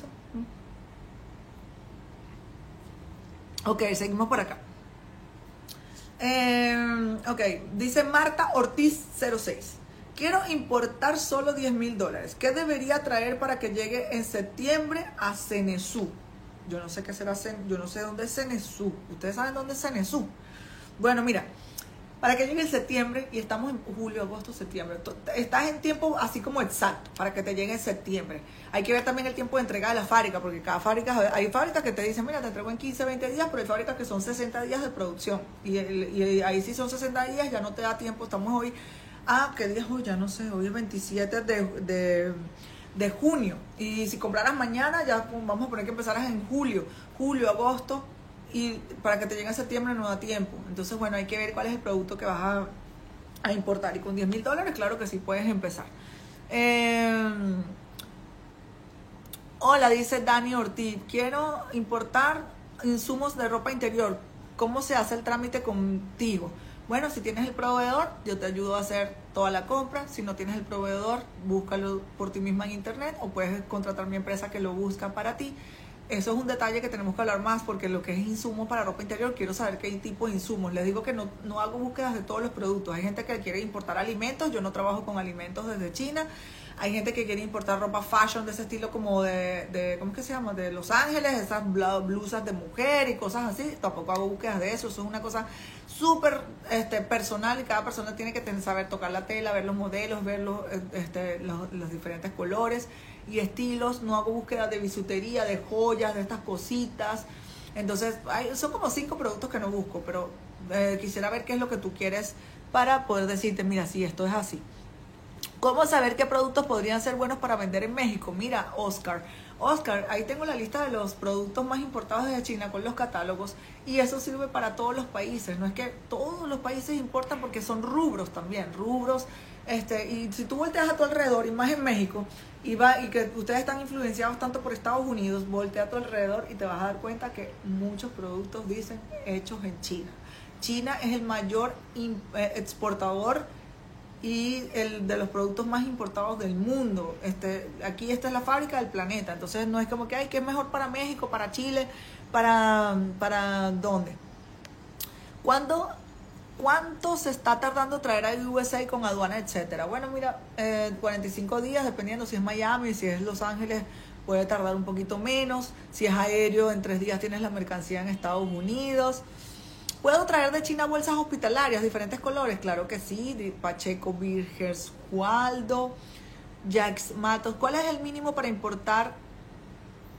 Ok, seguimos por acá. Eh, ok, dice Marta Ortiz cero seis. Quiero importar solo diez mil dólares. ¿Qué debería traer para que llegue en septiembre a Cenesú? Yo no sé qué será, yo no sé dónde es Cenesú. ¿Ustedes saben dónde es Cenesú? Bueno, mira, para que llegue en septiembre, y estamos en julio, agosto, septiembre, estás en tiempo así como exacto para que te llegue en septiembre. Hay que ver también el tiempo de entrega de la fábrica, porque cada fábrica, hay fábricas que te dicen, mira, te entrego en quince, veinte días, pero hay fábricas que son sesenta días de producción, y, y ahí sí son sesenta días, ya no te da tiempo. Estamos hoy, ah, ¿qué día es hoy? Ya no sé, hoy es veintisiete de, de, de junio, y si compraras mañana, ya vamos a poner que empezaras en julio, julio, agosto, y para que te llegue a septiembre no da tiempo. Entonces, bueno, hay que ver cuál es el producto que vas a, a importar, y con diez mil dólares, claro que sí puedes empezar. Eh, hola, dice Dani Ortiz, quiero importar insumos de ropa interior, ¿cómo se hace el trámite contigo? Bueno, si tienes el proveedor, yo te ayudo a hacer toda la compra. Si no tienes el proveedor, búscalo por ti misma en internet, o puedes contratar a mi empresa que lo busca para ti. Eso es un detalle que tenemos que hablar más, porque lo que es insumo para ropa interior, quiero saber qué tipo de insumos. Les digo que no, no hago búsquedas de todos los productos. Hay gente que quiere importar alimentos, yo no trabajo con alimentos desde China. Hay gente que quiere importar ropa fashion de ese estilo, como de, de ¿cómo es que se llama? De Los Ángeles, esas blusas de mujer y cosas así. Tampoco hago búsquedas de eso. Eso es una cosa súper este, personal, y cada persona tiene que tener, saber tocar la tela, ver los modelos, ver los, este, los, los diferentes colores y estilos. No hago búsquedas de bisutería, de joyas, de estas cositas. Entonces, hay, son como cinco productos que no busco, pero eh, quisiera ver qué es lo que tú quieres para poder decirte, mira, sí, esto es así. ¿Cómo saber qué productos podrían ser buenos para vender en México? Mira, Oscar. Oscar, ahí tengo la lista de los productos más importados desde China con los catálogos, y eso sirve para todos los países. No es que todos los países importan, porque son rubros también, rubros. Este, y si tú volteas a tu alrededor, y más en México, y, va, y que ustedes están influenciados tanto por Estados Unidos, voltea a tu alrededor y te vas a dar cuenta que muchos productos dicen hechos en China. China es el mayor exportador y el de los productos más importados del mundo. Este, aquí esta es la fábrica del planeta. Entonces no es como que, ay, ¿qué es mejor para México, para Chile, para, para dónde? ¿Cuándo, ¿Cuánto se está tardando traer a U S A con aduana, etcétera? Bueno, mira, eh, cuarenta y cinco días, dependiendo si es Miami, si es Los Ángeles, puede tardar un poquito menos. Si es aéreo, en tres días tienes la mercancía en Estados Unidos. ¿Puedo traer de China bolsas hospitalarias, diferentes colores? Claro que sí, de Pacheco, Virgers, Waldo, Jax Matos. ¿Cuál es el mínimo para importar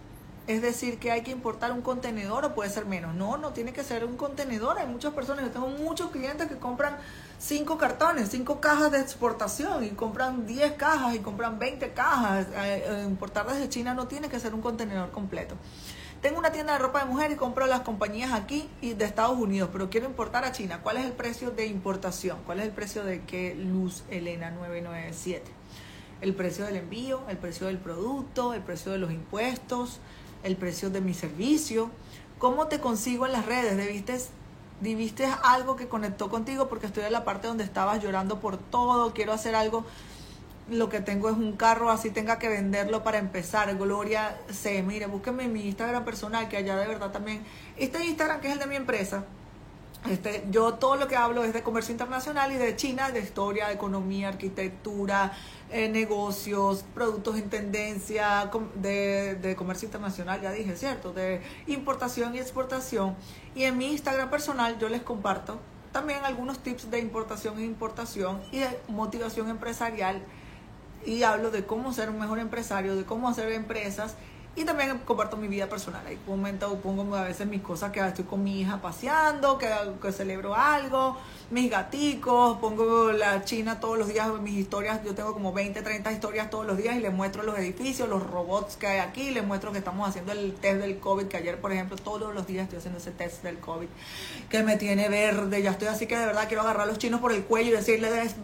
es decir que hay que importar un contenedor o puede ser menos. No, no tiene que ser un contenedor. Hay muchas personas, yo tengo muchos clientes que compran cinco cartones, cinco cajas de exportación y compran diez cajas y compran veinte cajas. Eh, importar desde China no tiene que ser un contenedor completo. Tengo una tienda de ropa de mujer y compro las compañías aquí y de Estados Unidos, pero quiero importar a China. ¿Cuál es el precio de importación? ¿Cuál es el precio de qué Luz Elena nueve nueve siete? El precio del envío, el precio del producto, el precio de los impuestos, el precio de mi servicio. ¿Cómo te consigo en las redes? ¿Debiste, ¿Viste algo que conectó contigo? Porque estoy en la parte donde estabas llorando por todo, quiero hacer algo. Lo que tengo es un carro, así tenga que venderlo para empezar. Gloria C. Mire, búsquenme en mi Instagram personal, que allá de verdad también. Este Instagram, que es el de mi empresa, este, yo todo lo que hablo es de comercio internacional y de China, de historia, economía, arquitectura, eh, negocios, productos en tendencia, de, de comercio internacional, ya dije, ¿cierto? De importación y exportación. Y en mi Instagram personal yo les comparto también algunos tips de importación e importación y de motivación empresarial. Y hablo de cómo ser un mejor empresario, de cómo hacer empresas y también comparto mi vida personal. Ahí comento, pongo a veces mis cosas, que estoy con mi hija paseando, que, que celebro algo, mis gaticos, pongo la China todos los días, mis historias, yo tengo como veinte, treinta historias todos los días y les muestro los edificios, los robots que hay aquí, les muestro que estamos haciendo el test del COVID, que ayer, por ejemplo, todos los días estoy haciendo ese test del COVID, que me tiene verde, ya estoy así que de verdad quiero agarrar a los chinos por el cuello y decirles,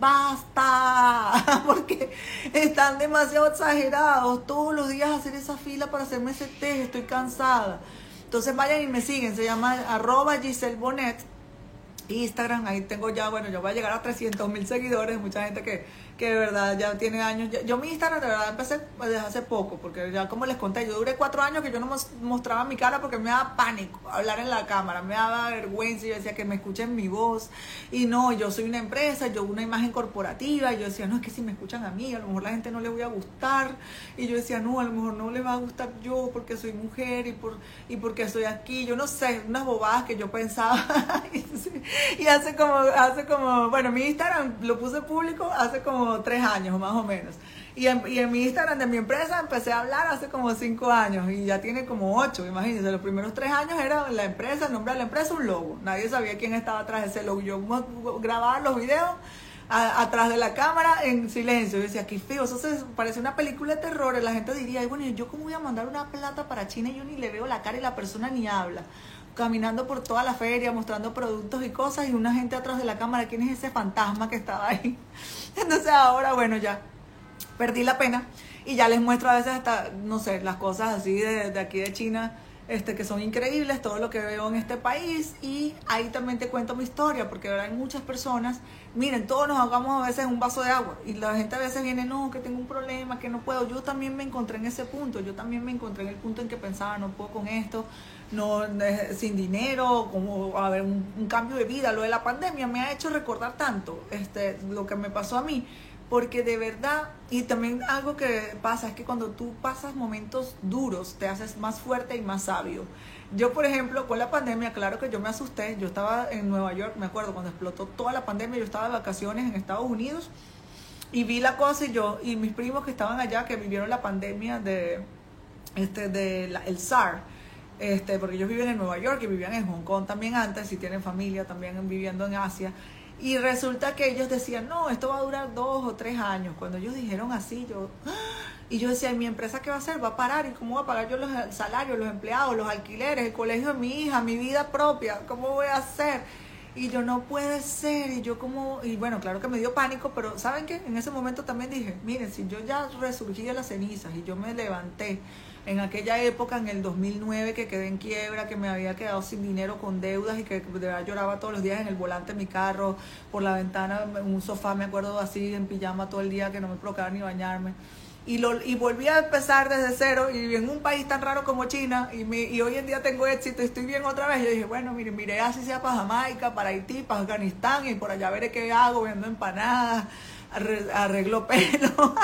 ¡basta! Porque están demasiado exagerados, todos los días hacer esa fila para hacerme ese test, estoy cansada. Entonces vayan y me siguen, se llama arroba Giselle Bonet, Instagram, ahí tengo ya, bueno, yo voy a llegar a trescientos mil seguidores, mucha gente que, que de verdad ya tiene años. Yo, yo mi Instagram de verdad empecé desde hace poco, porque ya como les conté, yo duré cuatro años que yo no mostraba mi cara porque me daba pánico hablar en la cámara, me daba vergüenza, yo decía que me escuchen mi voz, y no, yo soy una empresa, yo una imagen corporativa, y yo decía, no, es que si me escuchan a mí, a lo mejor la gente no le voy a gustar, y yo decía, no, a lo mejor no le va a gustar yo porque soy mujer y, por, y porque estoy aquí, yo no sé, unas bobadas que yo pensaba. Y hace como, hace como, bueno, mi Instagram lo puse público hace como tres años más o menos. Y en, y en mi Instagram de mi empresa empecé a hablar hace como cinco años y ya tiene como ocho, imagínense. Los primeros tres años era la empresa, el nombre de la empresa, un logo. Nadie sabía quién estaba atrás de ese logo. Yo grababa los videos a, atrás de la cámara en silencio. Yo decía, qué feo, eso se parece una película de terror. Y la gente diría, ay, bueno, ¿yo cómo voy a mandar una plata para China y yo ni le veo la cara y la persona ni habla? Caminando por toda la feria, mostrando productos y cosas, y una gente atrás de la cámara, ¿quién es ese fantasma que estaba ahí? Entonces ahora, bueno, ya perdí la pena y ya les muestro a veces hasta, no sé, las cosas así de, de aquí de China, este, que son increíbles, todo lo que veo en este país, y ahí también te cuento mi historia, porque ahora hay muchas personas, miren, todos nos ahogamos a veces en un vaso de agua, y la gente a veces viene, no, que tengo un problema, que no puedo. Yo también me encontré en ese punto, yo también me encontré en el punto en que pensaba, no puedo con esto, no, eh, sin dinero, como a ver, un, un cambio de vida. Lo de la pandemia me ha hecho recordar tanto este, lo que me pasó a mí, porque de verdad, y también algo que pasa es que cuando tú pasas momentos duros te haces más fuerte y más sabio. Yo, por ejemplo, con la pandemia, claro que yo me asusté. Yo estaba en Nueva York, me acuerdo, cuando explotó toda la pandemia, yo estaba de vacaciones en Estados Unidos y vi la cosa, y yo y mis primos que estaban allá, que vivieron la pandemia de este de la, el SARS, este, porque ellos viven en Nueva York y vivían en Hong Kong también antes, y tienen familia también viviendo en Asia. Y resulta que ellos decían, no, esto va a durar dos o tres años. Cuando ellos dijeron así, yo... Y yo decía, ¿mi empresa qué va a hacer? ¿Va a parar? ¿Y cómo va a pagar yo los salarios, los empleados, los alquileres, el colegio de mi hija, mi vida propia? ¿Cómo voy a hacer? Y yo, no puede ser. Y yo como... Y bueno, claro que me dio pánico, pero ¿saben qué? En ese momento también dije, miren, si yo ya resurgí de las cenizas y yo me levanté en aquella época, en el dos mil nueve, que quedé en quiebra, que me había quedado sin dinero, con deudas, y que de verdad lloraba todos los días en el volante de mi carro, por la ventana, en un sofá, me acuerdo, así en pijama todo el día, que no me provocaba ni bañarme. Y, lo, y volví a empezar desde cero, y en un país tan raro como China, y, mi, y hoy en día tengo éxito, estoy bien otra vez. Yo dije, bueno, mire, miré así sea para Jamaica, para Haití, para Afganistán, y por allá veré qué hago, vendo empanadas, arreglo pelo.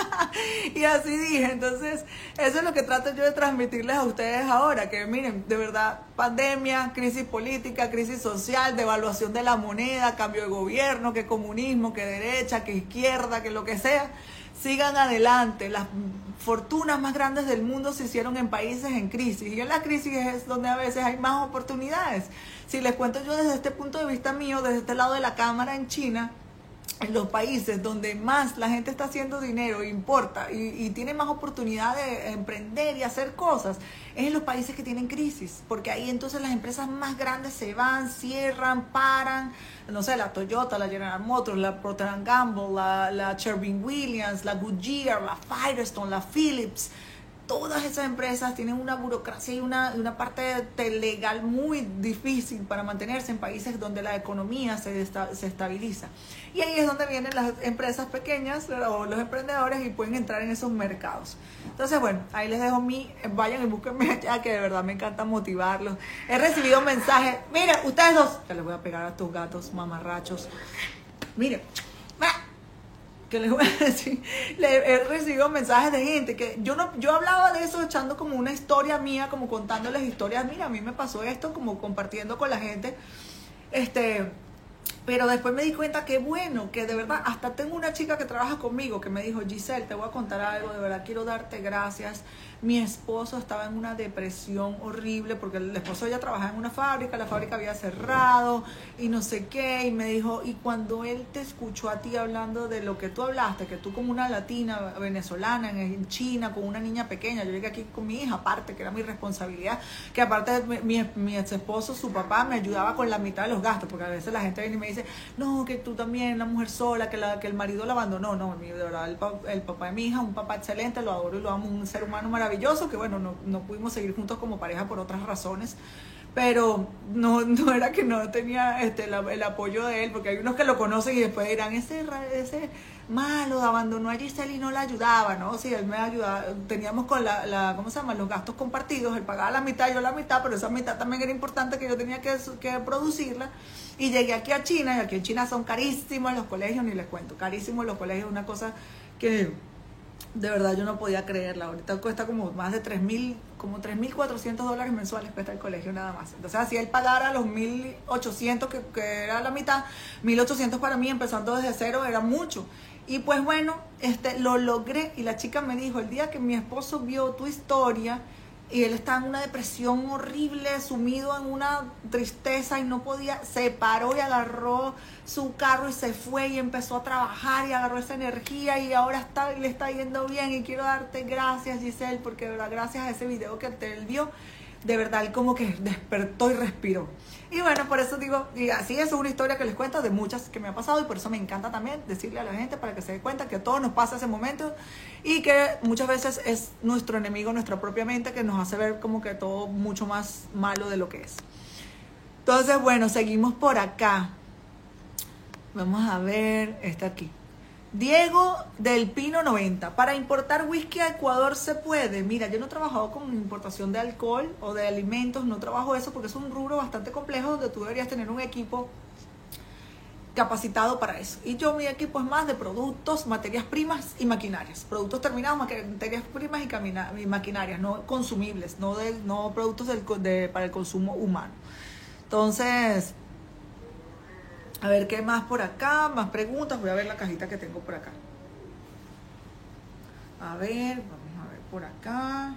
Y así dije. Entonces eso es lo que trato yo de transmitirles a ustedes ahora, que miren, de verdad, pandemia, crisis política, crisis social, devaluación de la moneda, cambio de gobierno, que comunismo, que derecha, que izquierda, que lo que sea, sigan adelante. Las fortunas más grandes del mundo se hicieron en países en crisis, y en la crisis es donde a veces hay más oportunidades. Si les cuento yo desde este punto de vista mío, desde este lado de la cámara en China, en los países donde más la gente está haciendo dinero, importa y, y tiene más oportunidad de emprender y hacer cosas, es en los países que tienen crisis, porque ahí entonces las empresas más grandes se van, cierran, paran, no sé, la Toyota, la General Motors, la Procter and Gamble, la, la Sherwin-Williams, la Goodyear, la Firestone, la Philips. Todas esas empresas tienen una burocracia y una, una parte legal muy difícil para mantenerse en países donde la economía se, esta, se estabiliza. Y ahí es donde vienen las empresas pequeñas o los emprendedores y pueden entrar en esos mercados. Entonces, bueno, ahí les dejo mi, vayan y búsquenme allá, que de verdad me encanta motivarlos. He recibido mensajes, miren, ustedes dos, que les voy a pegar a tus gatos mamarrachos. Miren, que les voy a decir, le he recibido mensajes de gente que yo no, yo hablaba de eso echando como una historia mía, como contándoles historias, mira, a mí me pasó esto, como compartiendo con la gente, este, pero después me di cuenta que bueno, que de verdad, hasta tengo una chica que trabaja conmigo que me dijo, Giselle, te voy a contar algo, de verdad quiero darte gracias. Mi esposo estaba en una depresión horrible porque el esposo de ella trabajaba en una fábrica, la fábrica había cerrado y no sé qué, y me dijo, y cuando él te escuchó a ti hablando de lo que tú hablaste, que tú como una latina venezolana en China, con una niña pequeña, yo llegué aquí con mi hija aparte, que era mi responsabilidad, que aparte mi, mi, mi ex esposo, su papá, me ayudaba con la mitad de los gastos, porque a veces la gente viene y me dice, no, que tú también, una mujer sola, que, la, que el marido la abandonó, no, de verdad, el, el papá de mi hija, un papá excelente, lo adoro y lo amo, un ser humano maravilloso, que bueno, no, no pudimos seguir juntos como pareja por otras razones, pero no, no era que no tenía este, la, el apoyo de él, porque hay unos que lo conocen y después dirán, ese, ese malo abandonó a Giselle y no la ayudaba, ¿no? Sí, él me ayudaba, teníamos con la, la, ¿cómo se llama? Los gastos compartidos, él pagaba la mitad, yo la mitad, pero esa mitad también era importante que yo tenía que, que producirla, y llegué aquí a China, y aquí en China son carísimos los colegios, ni les cuento, carísimos los colegios, una cosa que de verdad yo no podía creerla. Ahorita cuesta como más de tres mil, como tres mil cuatrocientos dólares mensuales cuesta el colegio nada más. Entonces, si él pagara los mil ochocientos, que, que era la mitad, mil ochocientos para mí, empezando desde cero, era mucho. Y pues bueno, este, lo logré, y la chica me dijo, el día que mi esposo vio tu historia, y él estaba en una depresión horrible, sumido en una tristeza y no podía, se paró y agarró su carro y se fue y empezó a trabajar y agarró esa energía y ahora está, le está yendo bien, y quiero darte gracias, Giselle, porque de verdad gracias a ese video que él vio, de verdad él como que despertó y respiró. Y bueno, por eso digo, y así es una historia que les cuento de muchas que me ha pasado, y por eso me encanta también decirle a la gente para que se dé cuenta que a todos nos pasa ese momento y que muchas veces es nuestro enemigo, nuestra propia mente, que nos hace ver como que todo mucho más malo de lo que es. Entonces, bueno, seguimos por acá. Vamos a ver, está aquí. Diego del Pino noventa. Para importar whisky a Ecuador se puede. Mira, yo no he trabajado con importación de alcohol o de alimentos, no trabajo eso porque es un rubro bastante complejo donde tú deberías tener un equipo capacitado para eso. Y yo, mi equipo es más de productos, materias primas y maquinarias. Productos terminados, materias primas y, camina, y maquinarias, no consumibles, no, de, no productos del, de, para el consumo humano. Entonces, a ver qué más por acá, más preguntas. Voy a ver la cajita que tengo por acá. A ver, vamos a ver por acá.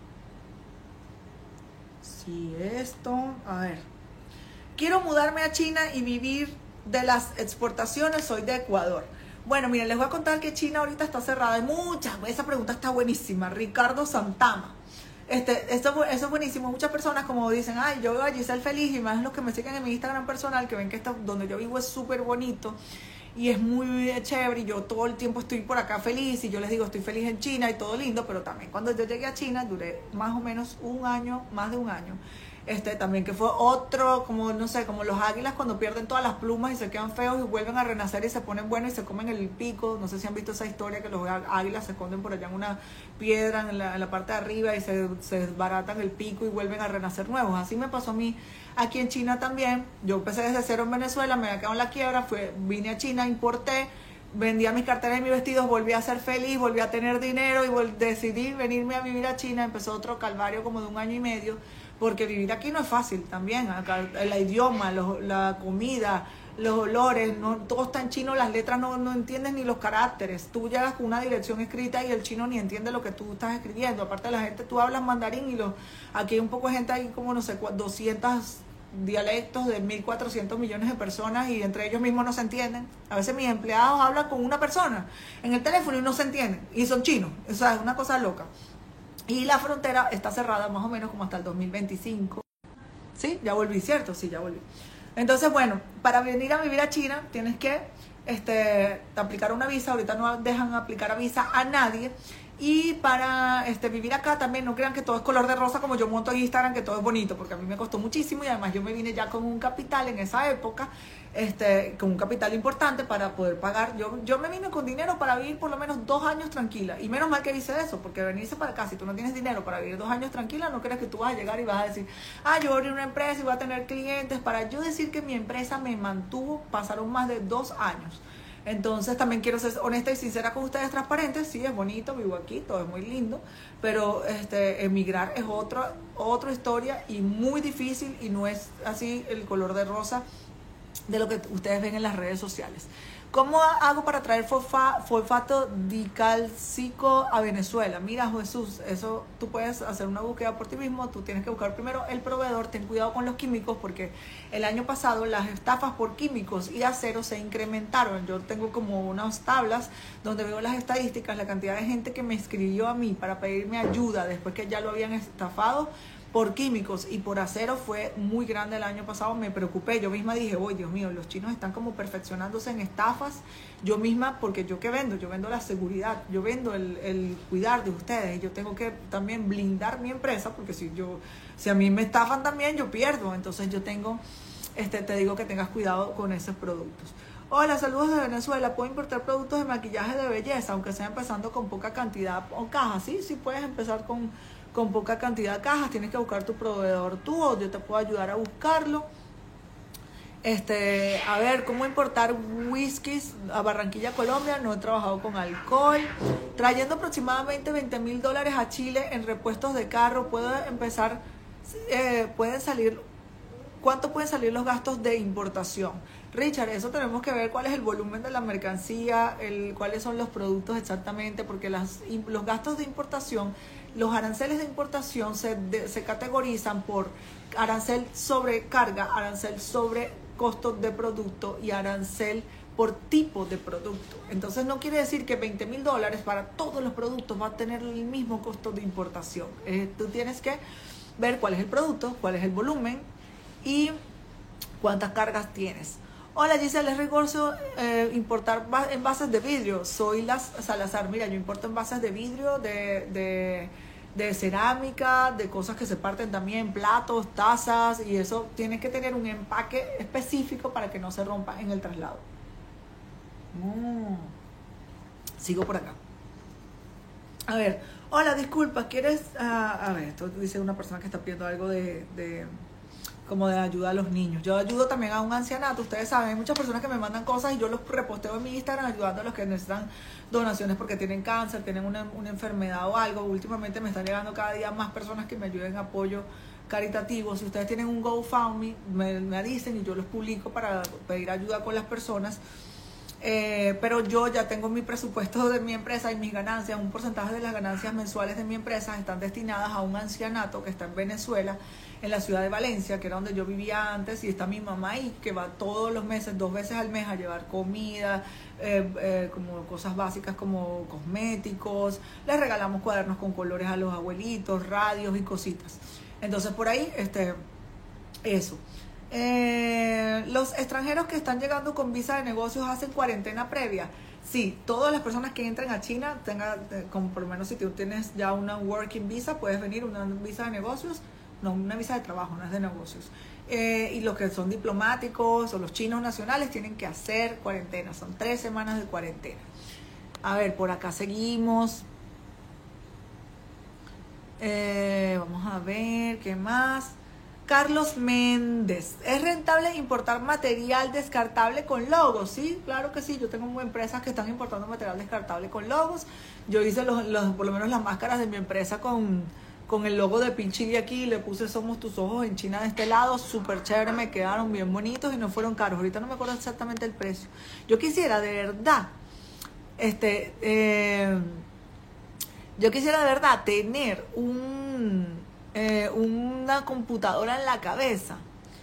Sí, esto. A ver. Quiero mudarme a China y vivir de las exportaciones. Soy de Ecuador. Bueno, miren, les voy a contar que China ahorita está cerrada. Hay muchas. Esa pregunta está buenísima. Ricardo Santama. Este, esto, eso es buenísimo. Muchas personas como dicen, ay, yo veo a Giselle feliz, y más los que me siguen en mi Instagram personal, que ven que esto, donde yo vivo es súper bonito y es muy chévere, y yo todo el tiempo estoy por acá feliz, y yo les digo, estoy feliz en China y todo lindo, pero también cuando yo llegué a China, duré más o menos un año, más de un año, este, también que fue otro, como no sé, como los águilas cuando pierden todas las plumas y se quedan feos y vuelven a renacer y se ponen buenos y se comen el pico. No sé si han visto esa historia, que los águilas se esconden por allá en una piedra en la, en la parte de arriba y se, se desbaratan el pico y vuelven a renacer nuevos. Así me pasó a mí aquí en China también. Yo empecé desde cero en Venezuela, me había quedado en la quiebra, fue, vine a China, importé, vendía mis carteras y mis vestidos, volví a ser feliz, volví a tener dinero y vol- decidí venirme a vivir a China. Empezó otro calvario como de un año y medio, porque vivir aquí no es fácil también. Acá, el idioma, lo, la comida, los olores, no, todo está en chino, las letras no, no entiendes ni los caracteres. Tú llegas con una dirección escrita y el chino ni entiende lo que tú estás escribiendo. Aparte la gente, tú hablas mandarín y los, aquí hay un poco de gente, hay como no sé, doscientos dialectos de mil cuatrocientos millones de personas y entre ellos mismos no se entienden. A veces mis empleados hablan con una persona en el teléfono y no se entienden y son chinos. O sea, es una cosa loca. Y la frontera está cerrada más o menos como hasta el dos mil veinticinco. Sí, ya volví, ¿cierto? Sí, ya volví. Entonces, bueno, para venir a vivir a China tienes que este, aplicar una visa. Ahorita no dejan aplicar a visa a nadie. Y para este, vivir acá también, no crean que todo es color de rosa como yo monto en Instagram, que todo es bonito, porque a mí me costó muchísimo y además yo me vine ya con un capital en esa época, este, con un capital importante para poder pagar. Yo, yo me vine con dinero para vivir por lo menos dos años tranquila. Y menos mal que hice eso, porque venirse para acá, si tú no tienes dinero para vivir dos años tranquila, no creas que tú vas a llegar y vas a decir, ah, yo voy a abrir una empresa y voy a tener clientes. Para yo decir que mi empresa me mantuvo, pasaron más de dos años. Entonces también quiero ser honesta y sincera con ustedes, transparente. Sí, es bonito, vivo aquí, todo es muy lindo, pero este, emigrar es otra, otra historia y muy difícil y no es así el color de rosa de lo que ustedes ven en las redes sociales. ¿Cómo hago para traer fosfa, fosfato dicalcico a Venezuela? Mira, Jesús, eso tú puedes hacer una búsqueda por ti mismo. Tú tienes que buscar primero el proveedor. Ten cuidado con los químicos porque el año pasado las estafas por químicos y acero se incrementaron. Yo tengo como unas tablas donde veo las estadísticas, la cantidad de gente que me escribió a mí para pedirme ayuda después que ya lo habían estafado por químicos y por acero fue muy grande el año pasado. Me preocupé, yo misma dije, oh Dios mío, los chinos están como perfeccionándose en estafas. Yo misma, porque yo qué vendo, yo vendo la seguridad, yo vendo el, el cuidar de ustedes, y yo tengo que también blindar mi empresa, porque si yo, si a mí me estafan también, yo pierdo. Entonces yo tengo, este, te digo que tengas cuidado con esos productos. Hola, saludos de Venezuela. ¿Puedo importar productos de maquillaje de belleza, aunque sea empezando con poca cantidad o cajas? Sí, sí puedes empezar con con poca cantidad de cajas. Tienes que buscar tu proveedor tú o yo te puedo ayudar a buscarlo. Este, a ver, ¿cómo importar whiskies a Barranquilla, Colombia? No he trabajado con alcohol. Trayendo aproximadamente veinte mil dólares a Chile en repuestos de carro, puedo empezar, eh, pueden salir, ¿cuánto pueden salir los gastos de importación? Richard, eso tenemos que ver cuál es el volumen de la mercancía, el, cuáles son los productos exactamente, porque las, los gastos de importación, los aranceles de importación se, de, se categorizan por arancel sobre carga, arancel sobre costo de producto y arancel por tipo de producto. Entonces no quiere decir que veinte mil dólares para todos los productos va a tener el mismo costo de importación. Eh, tú tienes que ver cuál es el producto, cuál es el volumen y cuántas cargas tienes. Hola Giselle, es riesgoso eh, importar envases de vidrio. Soy las Salazar. Mira, yo importo envases de vidrio, de, de, de cerámica, de cosas que se parten también, platos, tazas, y eso tiene que tener un empaque específico para que no se rompa en el traslado. Mm. Sigo por acá. A ver, hola, disculpa, ¿quieres...? Uh, a ver, esto dice una persona que está pidiendo algo de... de como de ayuda a los niños. Yo ayudo también a un ancianato, ustedes saben, hay muchas personas que me mandan cosas y yo los reposteo en mi Instagram ayudando a los que necesitan donaciones porque tienen cáncer, tienen una, una enfermedad o algo. Últimamente me están llegando cada día más personas que me ayuden apoyo caritativo. Si ustedes tienen un GoFundMe, me, me dicen y yo los publico para pedir ayuda con las personas. Eh, pero yo ya tengo mi presupuesto de mi empresa y mis ganancias, un porcentaje de las ganancias mensuales de mi empresa están destinadas a un ancianato que está en Venezuela, en la ciudad de Valencia, que era donde yo vivía antes, y está mi mamá ahí, que va todos los meses, dos veces al mes, a llevar comida, eh, eh, como cosas básicas como cosméticos, les regalamos cuadernos con colores a los abuelitos, radios y cositas. Entonces por ahí, este, eso. Eh, los extranjeros que están llegando con visa de negocios hacen cuarentena previa. Sí, todas las personas que entren a China, tenga, como por lo menos si tú tienes ya una working visa, puedes venir, una visa de negocios, no, una visa de trabajo, no es de negocios. Eh, y los que son diplomáticos o los chinos nacionales tienen que hacer cuarentena, son tres semanas de cuarentena. A ver, por acá seguimos. Eh, vamos a ver, ¿qué más? Carlos Méndez, ¿es rentable importar material descartable con logos? Sí, claro que sí, yo tengo empresas que están importando material descartable con logos. Yo hice los, los, por lo menos las máscaras de mi empresa con, con el logo de Pinchili aquí, le puse Somos tus ojos en China de este lado, súper chévere, me quedaron bien bonitos y no fueron caros. Ahorita no me acuerdo exactamente el precio. Yo quisiera de verdad, este, eh, yo quisiera de verdad tener un, eh, una computadora en la cabeza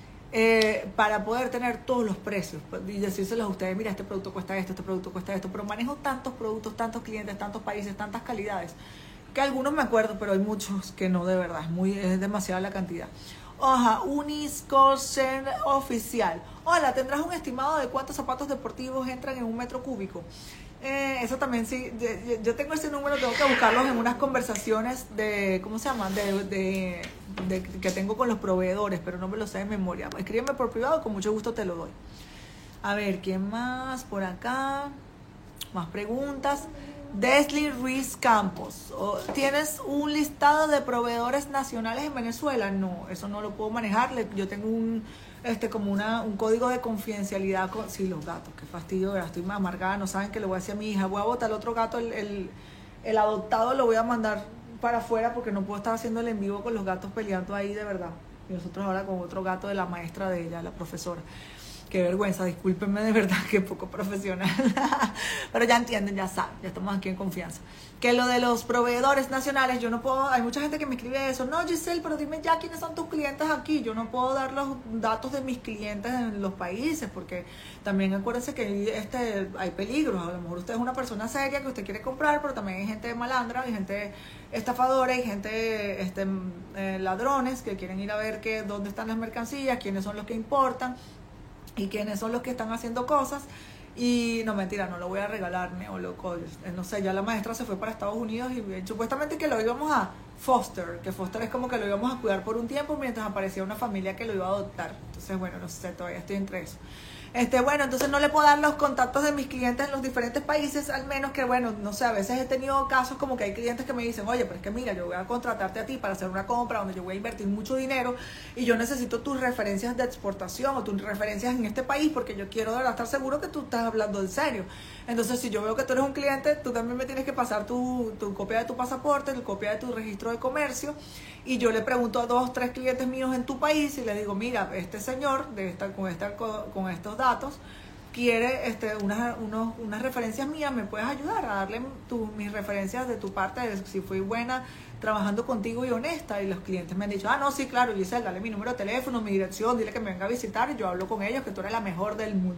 eh, para poder tener todos los precios y decírselos a ustedes, mira, este producto cuesta esto, este producto cuesta esto, pero manejo tantos productos, tantos clientes, tantos países, tantas calidades, que algunos me acuerdo, pero hay muchos que no, de verdad, es muy, es demasiada la cantidad. Oja, Uniscosen oficial. Hola, ¿tendrás un estimado de cuántos zapatos deportivos entran en un metro cúbico? Eh, eso también sí, yo, yo tengo ese número, tengo que buscarlos en unas conversaciones de, ¿cómo se llama? De, de, de, que tengo con los proveedores, pero no me lo sé de memoria. Escríbeme por privado, con mucho gusto te lo doy. A ver, ¿quién más por acá? Más preguntas. Desli Ruiz Campos, ¿tienes un listado de proveedores nacionales en Venezuela? No, eso no lo puedo manejar. Yo tengo un, este, como una, un código de confidencialidad con, sí, los gatos, qué fastidio, estoy más amargada, no saben que le voy a decir a mi hija, voy a botar el otro gato, el, el, el adoptado lo voy a mandar para afuera porque no puedo estar haciendo el en vivo con los gatos peleando ahí, de verdad. Y nosotros ahora con otro gato de la maestra de ella, la profesora. Qué vergüenza, discúlpenme de verdad, que poco profesional. Pero ya entienden, ya saben, ya estamos aquí en confianza. Que lo de los proveedores nacionales, yo no puedo, hay mucha gente que me escribe eso. No, Giselle, pero dime ya quiénes son tus clientes aquí. Yo no puedo dar los datos de mis clientes en los países, porque también acuérdense que este, hay peligros. A lo mejor usted es una persona seria que usted quiere comprar, pero también hay gente malandra, hay gente estafadora, hay gente este, eh, ladrones que quieren ir a ver que, dónde están las mercancías, quiénes son los que importan y quiénes son los que están haciendo cosas. Y no, mentira, no lo voy a regalar, o loco, no sé, ya la maestra se fue para Estados Unidos y supuestamente que lo íbamos a foster, que foster es como que lo íbamos a cuidar por un tiempo mientras aparecía una familia que lo iba a adoptar. Entonces, bueno, no sé, todavía estoy entre eso. Este, bueno, entonces no le puedo dar los contactos de mis clientes en los diferentes países, al menos que, bueno, no sé, a veces he tenido casos como que hay clientes que me dicen, oye, pero es que mira, yo voy a contratarte a ti para hacer una compra donde yo voy a invertir mucho dinero y yo necesito tus referencias de exportación o tus referencias en este país porque yo quiero de verdad estar seguro que tú estás hablando en serio. Entonces, si yo veo que tú eres un cliente, tú también me tienes que pasar tu, tu copia de tu pasaporte, tu copia de tu registro de comercio, y yo le pregunto a dos, tres clientes míos en tu país y le digo, mira, este señor de esta, con, esta, con estos datos quiere este, unas, unos, unas referencias mías, ¿me puedes ayudar a darle tu, mis referencias de tu parte, de si fui buena trabajando contigo y honesta? Y los clientes me han dicho, ah, no, sí, claro, Giselle, dale mi número de teléfono, mi dirección, dile que me venga a visitar y yo hablo con ellos, que tú eres la mejor del mundo.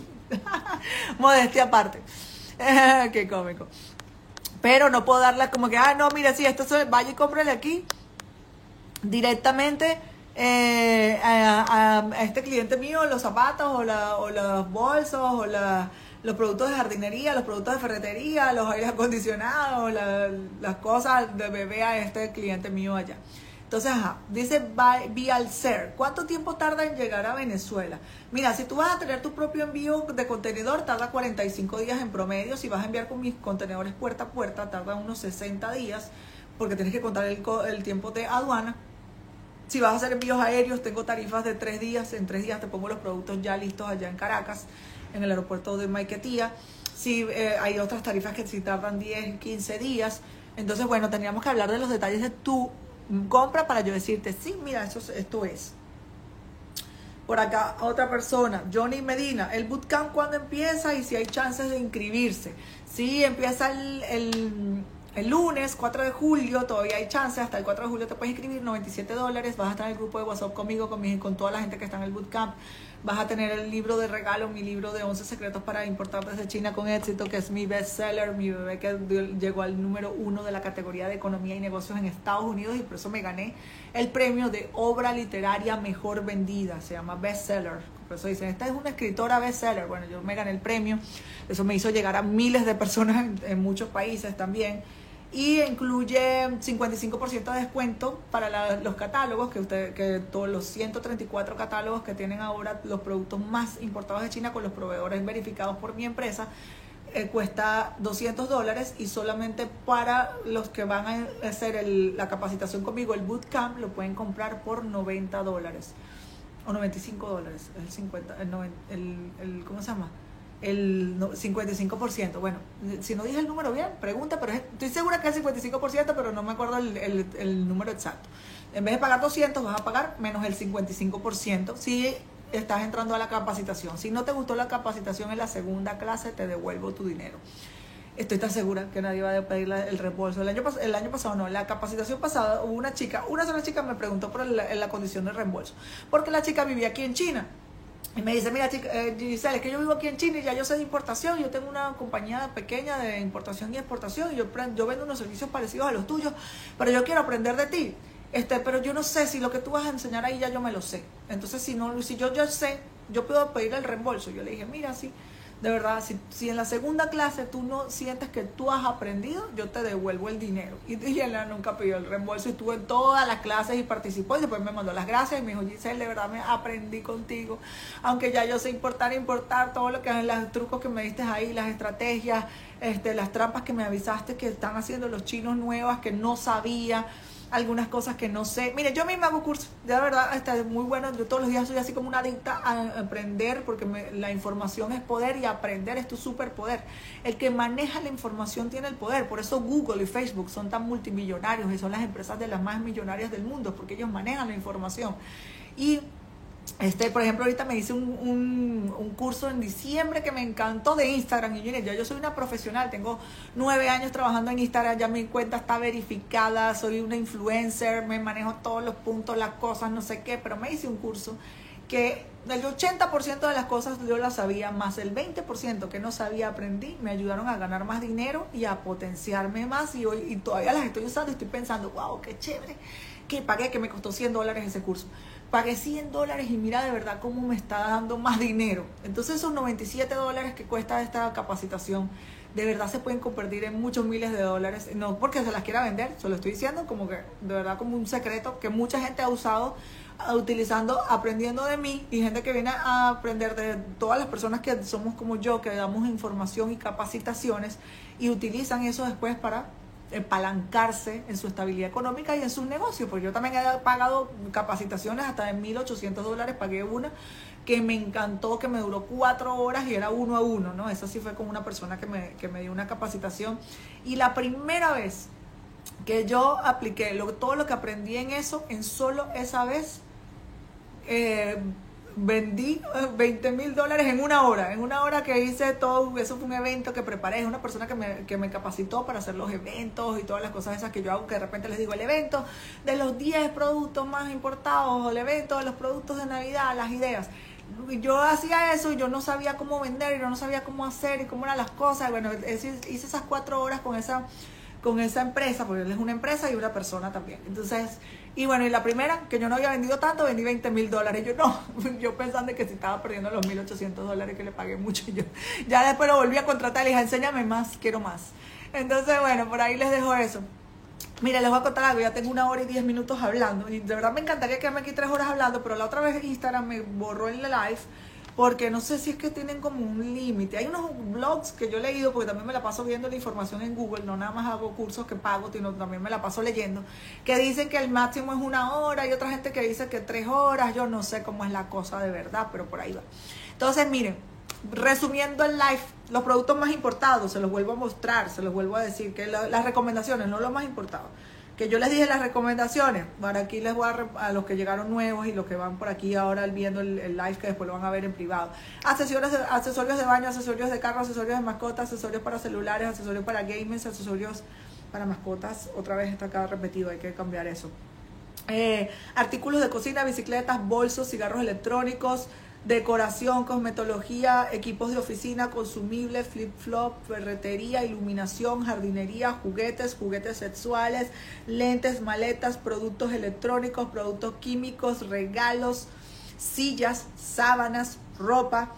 Modestia aparte. Qué cómico. Pero no puedo darle como que, ah, no, mira, sí, esto se, vaya y cómprale aquí directamente eh, a, a, a este cliente mío los zapatos o, la, o los bolsos o la, los productos de jardinería, los productos de ferretería, los aires acondicionados, la, las cosas de bebé a este cliente mío allá. Entonces, ajá, dice Bialcer, ¿cuánto tiempo tarda en llegar a Venezuela? Mira, si tú vas a tener tu propio envío de contenedor, tarda cuarenta y cinco días en promedio. Si vas a enviar con mis contenedores puerta a puerta, tarda unos sesenta días, porque tienes que contar el, el tiempo de aduana. Si vas a hacer envíos aéreos, tengo tarifas de tres días. En tres días te pongo los productos ya listos allá en Caracas, en el aeropuerto de Maiquetía. Si eh, hay otras tarifas que sí tardan diez, quince días. Entonces, bueno, tendríamos que hablar de los detalles de tu compra para yo decirte, sí, mira, eso, esto es. Por acá, otra persona, Johnny Medina, el bootcamp ¿cuándo empieza y si hay chances de inscribirse? Sí, empieza el, el, el lunes, cuatro de julio, todavía hay chances, hasta el cuatro de julio te puedes inscribir, noventa y siete dólares, vas a estar en el grupo de WhatsApp conmigo, con, mi, con toda la gente que está en el bootcamp. Vas a tener el libro de regalo, mi libro de once secretos para importar desde China con éxito, que es mi bestseller, mi bebé que llegó al número uno de la categoría de economía y negocios en Estados Unidos y por eso me gané el premio de obra literaria mejor vendida, se llama bestseller. Por eso dicen, esta es una escritora bestseller. Bueno, yo me gané el premio, eso me hizo llegar a miles de personas en, en muchos países también. Y incluye cincuenta y cinco por ciento de descuento para la, los catálogos, que usted, que todos los ciento treinta y cuatro catálogos que tienen ahora los productos más importados de China con los proveedores verificados por mi empresa, eh, cuesta doscientos dólares, y solamente para los que van a hacer el, la capacitación conmigo, el bootcamp, lo pueden comprar por noventa dólares o noventa y cinco dólares, el cincuenta, el, el, el ¿cómo se llama? el cincuenta y cinco por ciento. Bueno, si no dije el número bien, pregunta, pero es, estoy segura que es el cincuenta y cinco por ciento, pero no me acuerdo el, el, el número exacto. En vez de pagar doscientos, vas a pagar menos el cincuenta y cinco por ciento si estás entrando a la capacitación. Si no te gustó la capacitación en la segunda clase, te devuelvo tu dinero. Estoy tan segura que nadie va a pedir el reembolso. El año, el año pasado no, la capacitación pasada hubo una chica, una sola chica me preguntó por el, la condición de reembolso, porque la chica vivía aquí en China. Y me dice, mira, chica, eh, Giselle, es que yo vivo aquí en China y ya yo sé de importación, yo tengo una compañía pequeña de importación y exportación y yo, yo vendo unos servicios parecidos a los tuyos, pero yo quiero aprender de ti. Este, pero yo no sé si lo que tú vas a enseñar ahí ya yo me lo sé. Entonces, si no, si yo ya sé, yo puedo pedir el reembolso. Yo le dije, mira, sí, de verdad, si, si en la segunda clase tú no sientes que tú has aprendido, yo te devuelvo el dinero. Y, y ella nunca pidió el reembolso y estuvo en todas las clases y participó y después me mandó las gracias y me dijo, Giselle, de verdad me aprendí contigo, aunque ya yo sé importar, importar todo lo que los trucos que me diste ahí, las estrategias, este, las trampas que me avisaste que están haciendo los chinos nuevas que no sabía. Algunas cosas que no sé. Mire, yo misma hago cursos, de verdad, está muy bueno. Yo todos los días soy así como una adicta a aprender, porque me, la información es poder y aprender es tu superpoder. El que maneja la información tiene el poder. Por eso Google y Facebook son tan multimillonarios y son las empresas de las más millonarias del mundo, porque ellos manejan la información. Y Este, por ejemplo, ahorita me hice un, un, un curso en diciembre que me encantó de Instagram. Y miren, ya yo soy una profesional, tengo nueve años trabajando en Instagram, ya mi cuenta está verificada, soy una influencer, me manejo todos los puntos, las cosas, no sé qué, pero me hice un curso que el ochenta por ciento de las cosas yo las sabía, más el veinte por ciento que no sabía aprendí, me ayudaron a ganar más dinero y a potenciarme más y, hoy, y todavía las estoy usando y estoy pensando, wow, qué chévere, que pagué, que me costó cien dólares ese curso. Pagué cien dólares y mira de verdad cómo me está dando más dinero. Entonces esos noventa y siete dólares que cuesta esta capacitación, de verdad se pueden convertir en muchos miles de dólares. No porque se las quiera vender, se lo estoy diciendo como que de verdad como un secreto que mucha gente ha usado, utilizando, aprendiendo de mí, y gente que viene a aprender de todas las personas que somos como yo, que damos información y capacitaciones y utilizan eso después para apalancarse en su estabilidad económica y en sus negocios, porque yo también he pagado capacitaciones hasta de mil ochocientos dólares, pagué una que me encantó, que me duró cuatro horas y era uno a uno, ¿no? Eso sí fue con una persona que me, que me dio una capacitación, y la primera vez que yo apliqué lo, todo lo que aprendí en eso, en solo esa vez, eh, vendí veinte mil dólares en una hora, en una hora que hice todo, eso fue un evento que preparé, es una persona que me, que me capacitó para hacer los eventos y todas las cosas esas que yo hago, que de repente les digo, el evento de los diez productos más importados, o el evento de los productos de Navidad, las ideas. Yo hacía eso y yo no sabía cómo vender, y yo no sabía cómo hacer y cómo eran las cosas. Bueno, hice esas cuatro horas con esa con esa empresa, porque él es una empresa y una persona también. Entonces, y bueno, y la primera, que yo no había vendido tanto, vendí veinte mil dólares. Yo no, yo pensando que si estaba perdiendo los mil ochocientos dólares que le pagué mucho. Yo ya después lo volví a contratar y le dije, enséñame más, quiero más. Entonces, bueno, por ahí les dejo eso. Mira, les voy a contar algo, ya tengo una hora y diez minutos hablando. Y de verdad me encantaría quedarme aquí tres horas hablando, pero la otra vez Instagram me borró el live, porque no sé si es que tienen como un límite. Hay unos blogs que yo he leído, porque también me la paso viendo la información en Google, no nada más hago cursos que pago, sino también me la paso leyendo, que dicen que el máximo es una hora, y otra gente que dice que tres horas. Yo no sé cómo es la cosa de verdad, pero por ahí va. Entonces, miren, resumiendo el live, los productos más importados, se los vuelvo a mostrar, se los vuelvo a decir, que la, las recomendaciones, no lo más importado. Que yo les dije las recomendaciones, para aquí les voy a, a los que llegaron nuevos y los que van por aquí ahora viendo el, el live, que después lo van a ver en privado. Accesorios de, accesorios de baño, accesorios de carro, accesorios de mascotas, accesorios para celulares, accesorios para gamers, accesorios para mascotas. Otra vez está acá repetido, hay que cambiar eso. Eh, artículos de cocina, bicicletas, bolsos, cigarros electrónicos, decoración, cosmetología, equipos de oficina, consumibles, flip-flop, ferretería, iluminación, jardinería, juguetes, juguetes sexuales, lentes, maletas, productos electrónicos, productos químicos, regalos, sillas, sábanas, ropa,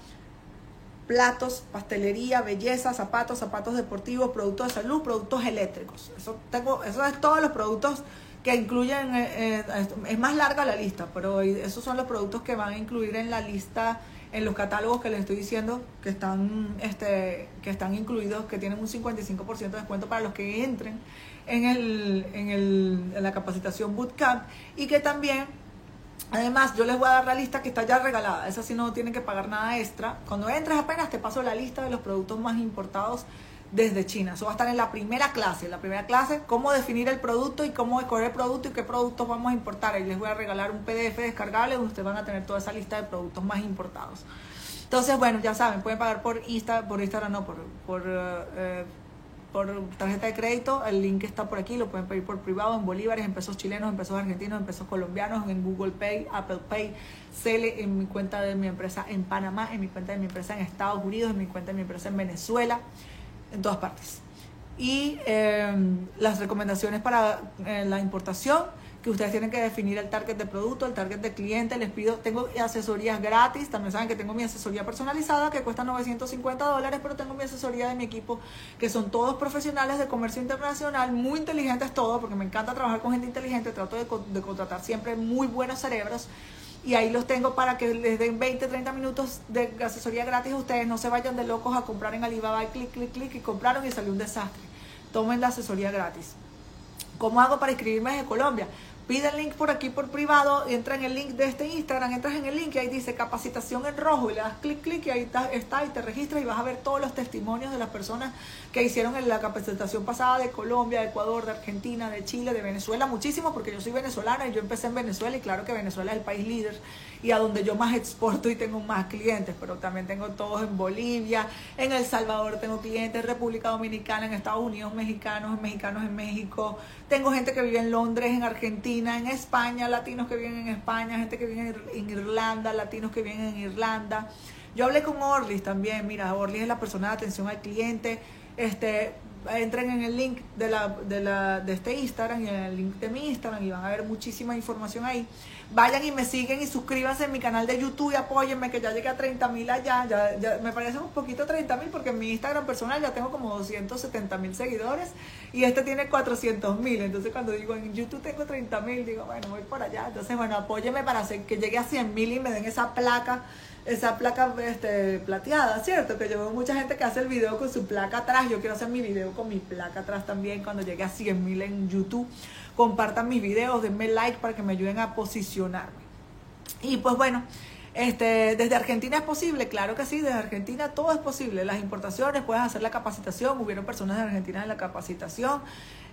platos, pastelería, belleza, zapatos, zapatos deportivos, productos de salud, productos eléctricos. Eso tengo, eso es todos los productos que incluyen, eh, eh, es más larga la lista, pero esos son los productos que van a incluir en la lista, en los catálogos que les estoy diciendo, que están, este, que están incluidos, que tienen un cincuenta y cinco por ciento de descuento para los que entren en, el, en, el, en la capacitación Bootcamp, y que también Además, yo les voy a dar la lista que está ya regalada. Esa sí no tienen que pagar nada extra. Cuando entres apenas te paso la lista de los productos más importados desde China. Eso va a estar en la primera clase. En la primera clase, cómo definir el producto y cómo escoger el producto y qué productos vamos a importar. Ahí les voy a regalar un P D F descargable donde ustedes van a tener toda esa lista de productos más importados. Entonces, bueno, ya saben, pueden pagar por Insta, por Instagram, no, por, por, eh, por tarjeta de crédito. El link está por aquí, lo pueden pedir por privado, en bolívares, en pesos chilenos, en pesos argentinos, en pesos colombianos, en Google Pay, Apple Pay, Cele, en mi cuenta de mi empresa en Panamá, en mi cuenta de mi empresa en Estados Unidos, en mi cuenta de mi empresa en Venezuela, en todas partes. Y eh, las recomendaciones para eh, la importación, que ustedes tienen que definir el target de producto, el target de cliente. Les pido, tengo asesorías gratis, también saben que tengo mi asesoría personalizada que cuesta novecientos cincuenta dólares, pero tengo mi asesoría de mi equipo, que son todos profesionales de comercio internacional, muy inteligentes todos, porque me encanta trabajar con gente inteligente, trato de, de contratar siempre muy buenos cerebros, y ahí los tengo para que les den veinte, treinta minutos de asesoría gratis a ustedes. No se vayan de locos a comprar en Alibaba y clic, clic, clic, y compraron y salió un desastre. Tomen la asesoría gratis. ¿Cómo hago para inscribirme desde Colombia? Pide el link por aquí por privado, entra en el link de este Instagram, entras en el link y ahí dice capacitación en rojo y le das clic, clic y ahí está, está y te registras y vas a ver todos los testimonios de las personas que hicieron en la capacitación pasada de Colombia, de Ecuador, de Argentina, de Chile, de Venezuela, muchísimo, porque yo soy venezolana y yo empecé en Venezuela y claro que Venezuela es el país líder y a donde yo más exporto y tengo más clientes, pero también tengo todos en Bolivia, en El Salvador tengo clientes, República Dominicana, en Estados Unidos, mexicanos, mexicanos en México, tengo gente que vive en Londres, en Argentina, en España, latinos que viven en España, gente que vive en Irlanda, latinos que viven en Irlanda. Yo hablé con Orlis también, mira, Orlis es la persona de atención al cliente. Este, entren en el link de, la, de, la, de este Instagram y en el link de mi Instagram y van a ver muchísima información ahí. Vayan y me siguen y suscríbanse en mi canal de YouTube y apóyenme, que ya llegué a treinta mil allá. Ya, ya, me parece un poquito treinta mil porque en mi Instagram personal ya tengo como doscientos setenta mil seguidores y este tiene cuatrocientos mil. Entonces cuando digo en YouTube tengo treinta mil, digo bueno, voy por allá. Entonces bueno, apóyenme para hacer que llegue a cien mil y me den esa placa, esa placa este, plateada, ¿cierto? Que yo veo mucha gente que hace el video con su placa atrás. Yo quiero hacer mi video con mi placa atrás también cuando llegue a cien mil en YouTube. Compartan mis videos, denme like para que me ayuden a posicionarme. Y pues bueno, este, desde Argentina es posible, claro que sí, desde Argentina todo es posible. Las importaciones, puedes hacer la capacitación, hubieron personas de Argentina en la capacitación.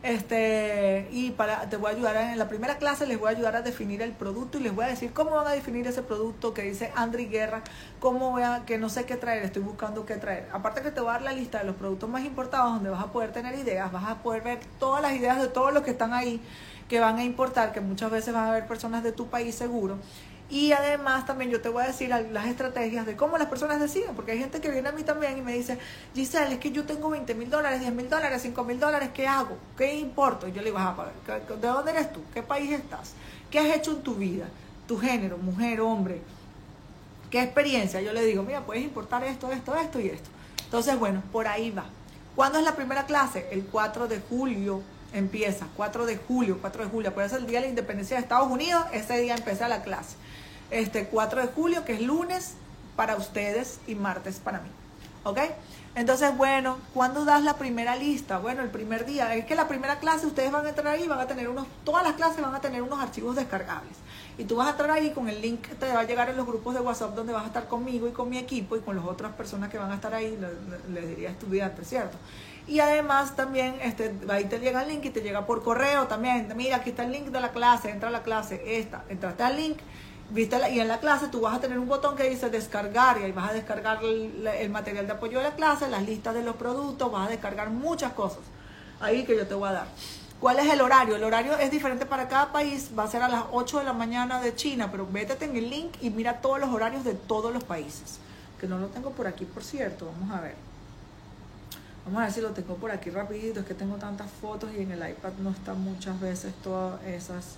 Este, y para, te voy a ayudar a, en la primera clase les voy a ayudar a definir el producto y les voy a decir cómo van a definir ese producto que dice Andri Guerra, cómo voy a, que no sé qué traer, estoy buscando qué traer. Aparte que te voy a dar la lista de los productos más importados donde vas a poder tener ideas, vas a poder ver todas las ideas de todos los que están ahí que van a importar, que muchas veces van a haber personas de tu país seguro. Y además también yo te voy a decir las estrategias de cómo las personas deciden, porque hay gente que viene a mí también y me dice, Giselle, es que yo tengo veinte mil dólares, diez mil dólares, cinco mil dólares, ¿qué hago? ¿Qué importo? Y yo le digo, ah, ¿de dónde eres tú? ¿Qué país estás? ¿Qué has hecho en tu vida? ¿Tu género, mujer, hombre? ¿Qué experiencia? Yo le digo, mira, puedes importar esto, esto, esto y esto. Entonces, bueno, por ahí va. ¿Cuándo es la primera clase? El cuatro de julio empieza, cuatro de julio, cuatro de julio, puede ser el día de la independencia de Estados Unidos, ese día empieza la clase. Este cuatro de julio, que es lunes para ustedes y martes para mí, ¿ok? Entonces, bueno, ¿cuándo das la primera lista? Bueno, el primer día. Es que la primera clase ustedes van a entrar ahí, van a tener unos, todas las clases van a tener unos archivos descargables. Y tú vas a entrar ahí con el link que te va a llegar en los grupos de WhatsApp donde vas a estar conmigo y con mi equipo y con las otras personas que van a estar ahí, les, les diría estudiantes, ¿cierto? Y además también este, ahí te llega el link y te llega por correo también. Mira, aquí está el link de la clase, entra a la clase, esta, entraste al link. ¿Viste? Y en la clase tú vas a tener un botón que dice descargar y ahí vas a descargar el, el material de apoyo de la clase, las listas de los productos, vas a descargar muchas cosas ahí que yo te voy a dar. ¿Cuál es el horario? El horario es diferente para cada país, va a ser a las ocho de la mañana de China, pero vétete en el link y mira todos los horarios de todos los países, que no lo tengo por aquí, por cierto. Vamos a ver. Vamos a ver si lo tengo por aquí rapidito, es que tengo tantas fotos y en el iPad no están muchas veces todas esas...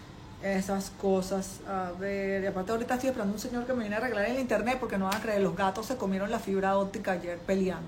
esas cosas. A ver, y aparte ahorita estoy esperando un señor que me viene a arreglar el internet porque no van a creer, los gatos se comieron la fibra óptica ayer peleando.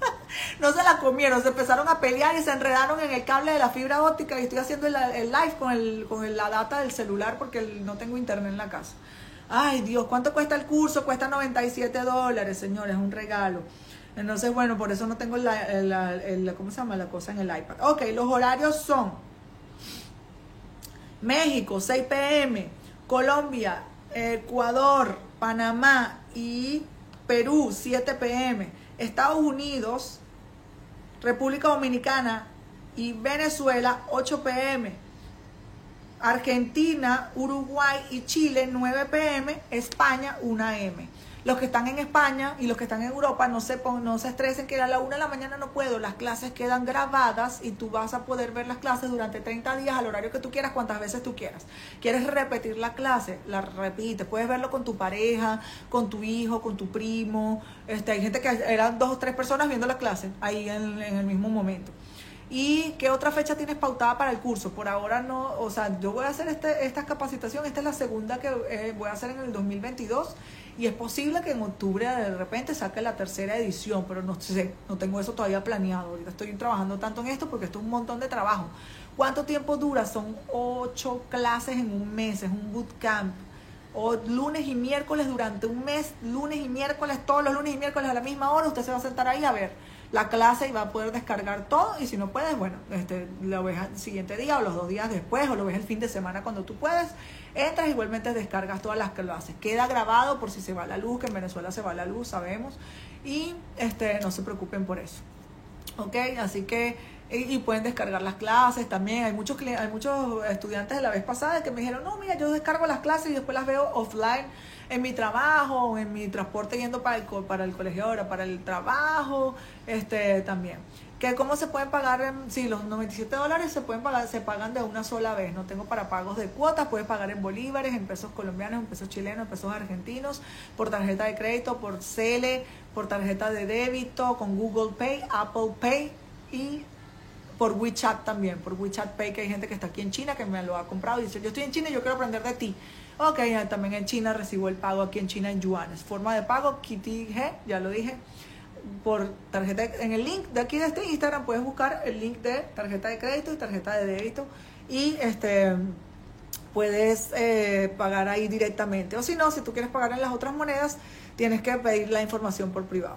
No se la comieron, se empezaron a pelear y se enredaron en el cable de la fibra óptica y estoy haciendo el, el live con, el, con el, la data del celular porque el, no tengo internet en la casa. Ay Dios, ¿cuánto cuesta el curso? Cuesta noventa y siete dólares, señores, es un regalo. Entonces, bueno, por eso no tengo la, la, la, ¿cómo se llama? La cosa en el iPad. Ok, los horarios son México, seis pe eme, Colombia, Ecuador, Panamá y Perú, siete pe eme. Estados Unidos, República Dominicana y Venezuela, ocho pe eme. Argentina, Uruguay y Chile, nueve pe eme. España, una a eme. Los que están en España y los que están en Europa no se, pon, no se estresen que a la una de la mañana no puedo. Las clases quedan grabadas y tú vas a poder ver las clases durante treinta días al horario que tú quieras, cuantas veces tú quieras. ¿Quieres repetir la clase? La repites. Puedes verlo con tu pareja, con tu hijo, con tu primo. Este, hay gente que eran dos o tres personas viendo la clase ahí en, en el mismo momento. ¿Y qué otra fecha tienes pautada para el curso? Por ahora no, o sea, yo voy a hacer este, esta capacitación, esta es la segunda que eh, voy a hacer en el dos mil veintidós y es posible que en octubre de repente saque la tercera edición, pero no sé, no tengo eso todavía planeado. Ahorita estoy trabajando tanto en esto porque esto es un montón de trabajo. ¿Cuánto tiempo dura? Son ocho clases en un mes, es un bootcamp. O lunes y miércoles durante un mes, lunes y miércoles, todos los lunes y miércoles a la misma hora, usted se va a sentar ahí a ver la clase y va a poder descargar todo, y si no puedes, bueno, este, lo ves al siguiente día o los dos días después, o lo ves el fin de semana cuando tú puedes, entras igualmente descargas todas las clases, queda grabado por si se va la luz, que en Venezuela se va la luz, sabemos, y este, no se preocupen por eso, ok, así que, y, y pueden descargar las clases también. Hay muchos, hay muchos estudiantes de la vez pasada que me dijeron, no, mira, yo descargo las clases y después las veo offline en mi trabajo, en mi transporte yendo para el, para el colegio ahora, para el trabajo, este también. Que cómo se pueden pagar, en, sí, los noventa y siete dólares se pueden pagar, se pagan de una sola vez, no tengo para pagos de cuotas, puedes pagar en bolívares, en pesos colombianos, en pesos chilenos, en pesos argentinos, por tarjeta de crédito, por Cele, por tarjeta de débito, con Google Pay, Apple Pay y por WeChat también, por WeChat Pay, que hay gente que está aquí en China que me lo ha comprado y dice, yo estoy en China y yo quiero aprender de ti. Ok, también en China recibo el pago aquí en China en yuanes. Forma de pago, Kitty G, ya lo dije, por tarjeta. En el link de aquí de este Instagram puedes buscar el link de tarjeta de crédito y tarjeta de débito y este puedes eh, pagar ahí directamente. O si no, si tú quieres pagar en las otras monedas, tienes que pedir la información por privado.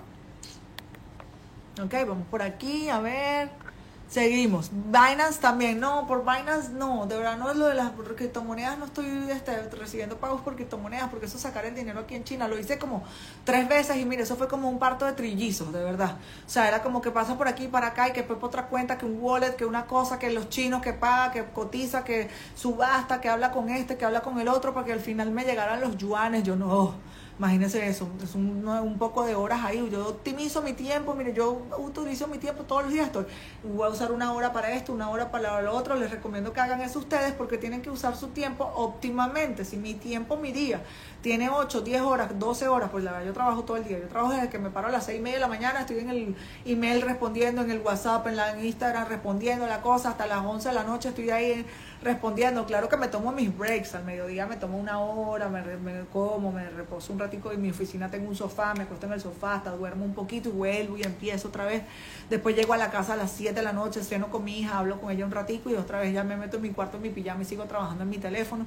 Ok, vamos por aquí, a ver... Seguimos. Binance también. No, por Binance no. De verdad no es lo de las criptomonedas. No estoy este, recibiendo pagos por criptomonedas porque eso sacar el dinero aquí en China. Lo hice como tres veces y mire, eso fue como un parto de trillizos, de verdad. O sea, era como que pasa por aquí para acá y que después por otra cuenta, que un wallet, que una cosa, que los chinos, que paga, que cotiza, que subasta, que habla con este, que habla con el otro para que al final me llegaran los yuanes. Yo no... Imagínense eso, es un, un poco de horas ahí. Yo optimizo mi tiempo, mire, yo utilizo mi tiempo todos los días. Estoy, voy a usar una hora para esto, una hora para lo otro. Les recomiendo que hagan eso ustedes porque tienen que usar su tiempo óptimamente. Si mi tiempo, mi día, tiene ocho, diez horas, doce horas, pues la verdad yo trabajo todo el día. Yo trabajo desde que me paro a las seis y media de la mañana, estoy en el email respondiendo, en el WhatsApp, en, la, en Instagram respondiendo la cosa, hasta las once de la noche estoy ahí respondiendo. Claro que me tomo mis breaks, al mediodía me tomo una hora, me, me como, me reposo un ratico. En mi oficina tengo un sofá, me acuesto en el sofá, hasta duermo un poquito y vuelvo y empiezo otra vez. Después llego a la casa a las siete de la noche, ceno con mi hija, hablo con ella un ratico y otra vez ya me meto en mi cuarto, en mi pijama y sigo trabajando en mi teléfono.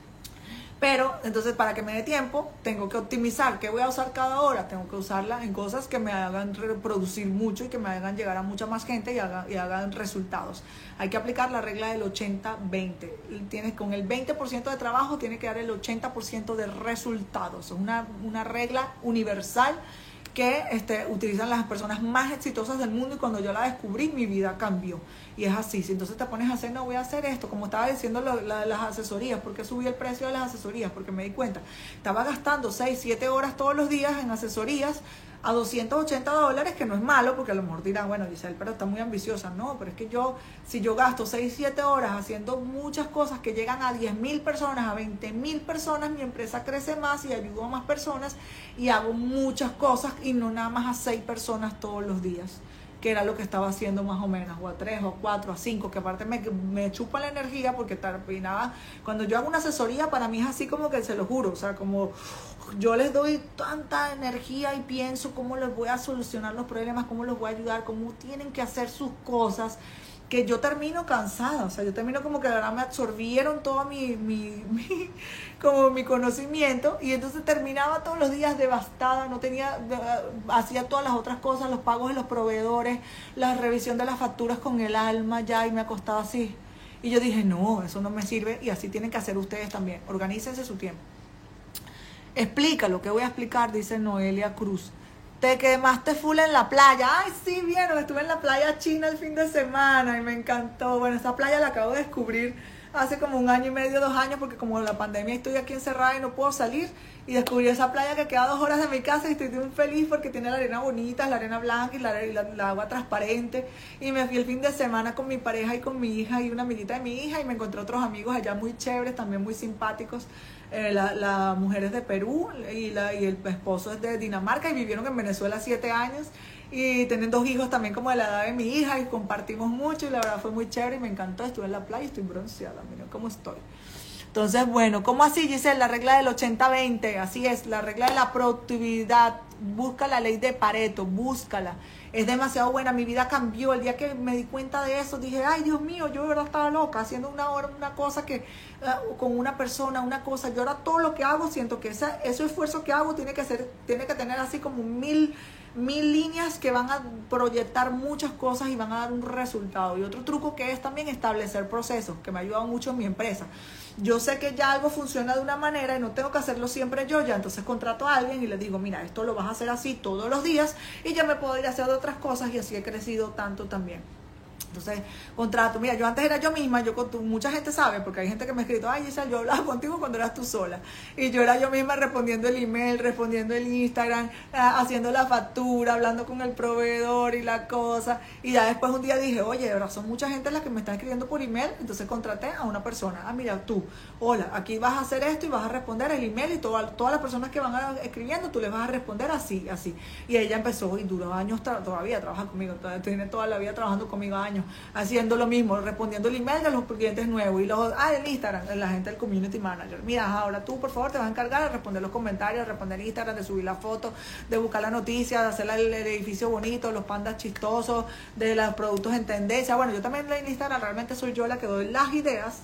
Pero, entonces, para que me dé tiempo, tengo que optimizar. ¿Qué voy a usar cada hora? Tengo que usarla en cosas que me hagan reproducir mucho y que me hagan llegar a mucha más gente y hagan, y hagan resultados. Hay que aplicar la regla del ochenta veinte. Tienes, con el veinte por ciento de trabajo, tiene que dar el ochenta por ciento de resultados. Es una, una regla universal que este, utilizan las personas más exitosas del mundo, y cuando yo la descubrí, mi vida cambió. Y es así. Si entonces te pones a hacer, no voy a hacer esto, como estaba diciendo lo, la, las asesorías. ¿Por qué subí el precio de las asesorías? Porque me di cuenta, estaba gastando seis, siete horas todos los días en asesorías a doscientos ochenta dólares, que no es malo, porque a lo mejor dirán, bueno, Giselle, pero está muy ambiciosa. No, pero es que yo, si yo gasto seis, siete horas haciendo muchas cosas que llegan a diez mil personas, a veinte mil personas, mi empresa crece más y ayudo a más personas y hago muchas cosas y no nada más a seis personas todos los días, que era lo que estaba haciendo más o menos, o a tres, o a cuatro, a cinco, que aparte me, me chupa la energía, porque terminaba, cuando yo hago una asesoría, para mí es así como que se lo juro, o sea, como yo les doy tanta energía y pienso cómo les voy a solucionar los problemas, cómo los voy a ayudar, cómo tienen que hacer sus cosas, que yo termino cansada. O sea, yo termino como que de verdad me absorbieron todo mi, mi, mi, como mi conocimiento, y entonces terminaba todos los días devastada, no tenía, hacía todas las otras cosas, los pagos de los proveedores, la revisión de las facturas con el alma ya, y me acostaba así. Y yo dije, no, eso no me sirve y así tienen que hacer ustedes también. Organícense su tiempo. Explica lo que voy a explicar, dice Noelia Cruz. Te quemaste full en la playa. Ay, sí, vieron, estuve en la playa china el fin de semana y me encantó. Bueno, esa playa la acabo de descubrir hace como un año y medio, dos años, porque como la pandemia estoy aquí encerrada y no puedo salir, y descubrí esa playa que queda a dos horas de mi casa y estoy muy feliz porque tiene la arena bonita, la arena blanca y la, y la, la agua transparente. Y me fui el fin de semana con mi pareja y con mi hija y una amiguita de mi hija y me encontré otros amigos allá muy chéveres, también muy simpáticos. Eh, la, la mujer es de Perú y, la, y el esposo es de Dinamarca y vivieron en Venezuela siete años y tienen dos hijos también como de la edad de mi hija y compartimos mucho y la verdad fue muy chévere y me encantó. Estuve en la playa y estoy bronceada, miren cómo estoy. Entonces, bueno, ¿cómo así, Giselle? La regla del ochenta veinte, así es, la regla de la productividad. Busca la ley de Pareto, búscala. Es demasiado buena, mi vida cambió. El día que me di cuenta de eso, dije, ay, Dios mío, yo de verdad estaba loca, haciendo una hora, una cosa que, uh, con una persona, una cosa. Yo ahora todo lo que hago, siento que ese, ese esfuerzo que hago tiene que ser, tiene que tener así como mil... mil líneas que van a proyectar muchas cosas y van a dar un resultado. Y otro truco que es también establecer procesos, que me ha ayudado mucho en mi empresa. Yo sé que ya algo funciona de una manera y no tengo que hacerlo siempre yo, ya entonces contrato a alguien y le digo, mira, esto lo vas a hacer así todos los días y ya me puedo ir a hacer otras cosas y así he crecido tanto también. Entonces, contrato. Mira, yo antes era yo misma, yo con tu, mucha gente sabe, porque hay gente que me ha escrito, ay, Giselle, yo hablaba contigo cuando eras tú sola. Y yo era yo misma respondiendo el email, respondiendo el Instagram, haciendo la factura, hablando con el proveedor y la cosa. Y ya después un día dije, oye, de verdad, son mucha gente las que me están escribiendo por email. Entonces contraté a una persona. Ah, mira, tú, hola, aquí vas a hacer esto y vas a responder el email y toda, todas las personas que van a, escribiendo, tú les vas a responder así, así. Y ella empezó y duró años, tra- todavía trabaja conmigo, todavía, tiene toda la vida trabajando conmigo años. Haciendo lo mismo, respondiendo el email de los clientes nuevos y los, ah, el Instagram, la gente del community manager. Mira, ahora tú, por favor, te vas a encargar de responder los comentarios, de responder Instagram, de subir la foto, de buscar la noticia, de hacer el, el edificio bonito, los pandas chistosos, de los productos en tendencia. Bueno, yo también en Instagram realmente soy yo la que doy las ideas.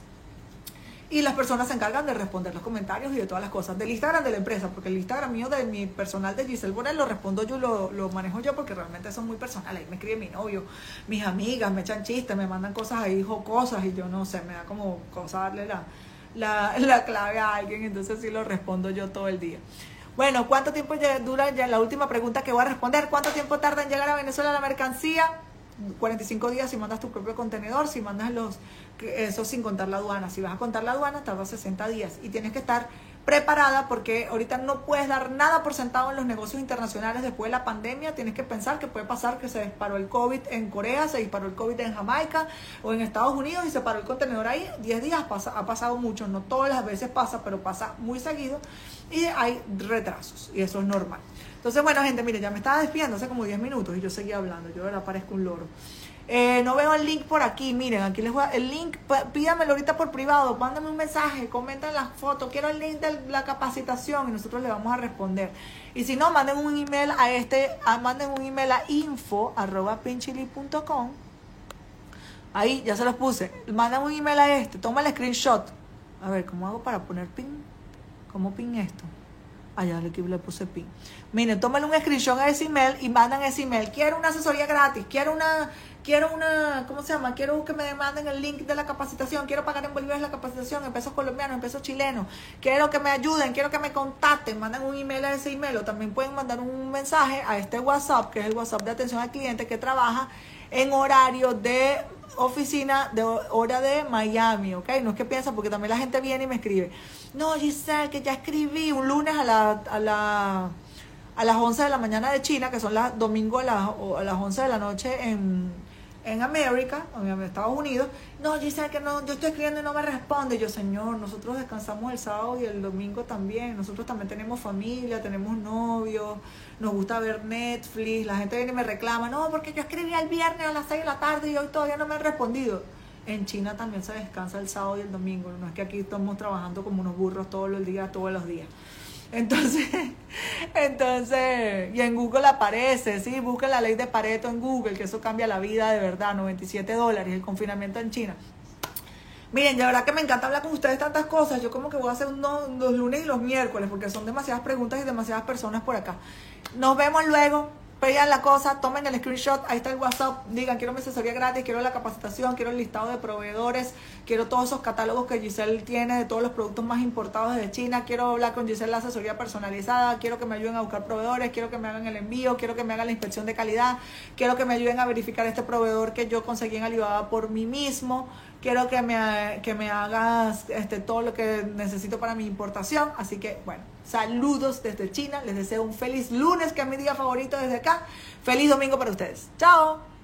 Y las personas se encargan de responder los comentarios y de todas las cosas. Del Instagram de la empresa, porque el Instagram mío, de mi personal de Giselle Bonel, lo respondo yo, lo, lo manejo yo, porque realmente son muy personales. Ahí me escribe mi novio, mis amigas, me echan chistes, me mandan cosas ahí jocosas y yo no sé, me da como cosa darle la, la, la clave a alguien, entonces sí lo respondo yo todo el día. Bueno, ¿cuánto tiempo dura ya? La última pregunta que voy a responder, ¿cuánto tiempo tarda en llegar a Venezuela la mercancía? cuarenta y cinco días si mandas tu propio contenedor, si mandas los, eso sin contar la aduana. Si vas a contar la aduana, tarda sesenta días y tienes que estar preparada porque ahorita no puedes dar nada por sentado en los negocios internacionales después de la pandemia. Tienes que pensar que puede pasar que se disparó el COVID en Corea, se disparó el COVID en Jamaica o en Estados Unidos y se paró el contenedor ahí. diez días pasa, ha pasado mucho, no todas las veces pasa, pero pasa muy seguido y hay retrasos y eso es normal. Entonces, bueno, gente, mire, ya me estaba despidiendo hace como diez minutos y yo seguía hablando. Yo de verdad parezco un loro. Eh, no veo el link por aquí. Miren, aquí les voy a... El link, pídamelo ahorita por privado. Mándame un mensaje, comenten las fotos. Quiero el link de la capacitación y nosotros le vamos a responder. Y si no, manden un email a este... A, manden un email a info arroba pinchili punto com. Ahí, ya se los puse. Mandan un email a este. Toma el screenshot. A ver, ¿cómo hago para poner pin? ¿Cómo pin esto? Allá le, le puse pin. Miren, tómenle un screenshot a ese email y mandan ese email. Quiero una asesoría gratis, quiero una, quiero una, ¿cómo se llama? Quiero que me manden el link de la capacitación, quiero pagar en bolívares la capacitación, en pesos colombianos, en pesos chilenos, quiero que me ayuden, quiero que me contacten, mandan un email a ese email o también pueden mandar un mensaje a este WhatsApp, que es el WhatsApp de atención al cliente que trabaja en horario de oficina de hora de Miami, ¿ok? No es que piensa, porque también la gente viene y me escribe, no, Giselle, que ya escribí un lunes a la a la a las once de la mañana de China, que son las domingo a las, a las once de la noche en, en América, en Estados Unidos. No, Giselle, que no, yo estoy escribiendo y no me responde. Yo, señor, nosotros descansamos el sábado y el domingo también. Nosotros también tenemos familia, tenemos novios, nos gusta ver Netflix. La gente viene y me reclama, no, porque yo escribí el viernes a las seis de la tarde y hoy todavía no me han respondido. En China también se descansa el sábado y el domingo. No es que aquí estamos trabajando como unos burros todos los días, todos los días. Entonces, entonces, y en Google aparece, sí, busquen la ley de Pareto en Google, que eso cambia la vida de verdad, noventa y siete dólares, el confinamiento en China. Miren, de verdad que me encanta hablar con ustedes tantas cosas. Yo como que voy a hacer unos, los lunes y los miércoles, porque son demasiadas preguntas y demasiadas personas por acá. Nos vemos luego. vean la cosa, tomen el screenshot, ahí está el WhatsApp, digan quiero mi asesoría gratis, quiero la capacitación, quiero el listado de proveedores, quiero todos esos catálogos que Giselle tiene de todos los productos más importados desde China, quiero hablar con Giselle la asesoría personalizada, quiero que me ayuden a buscar proveedores, quiero que me hagan el envío, quiero que me hagan la inspección de calidad, quiero que me ayuden a verificar este proveedor que yo conseguí en Alibaba por mí mismo, quiero que me, que me hagas este, todo lo que necesito para mi importación. Así que, bueno, saludos desde China. Les deseo un feliz lunes, que es mi día favorito desde acá. Feliz domingo para ustedes. ¡Chao!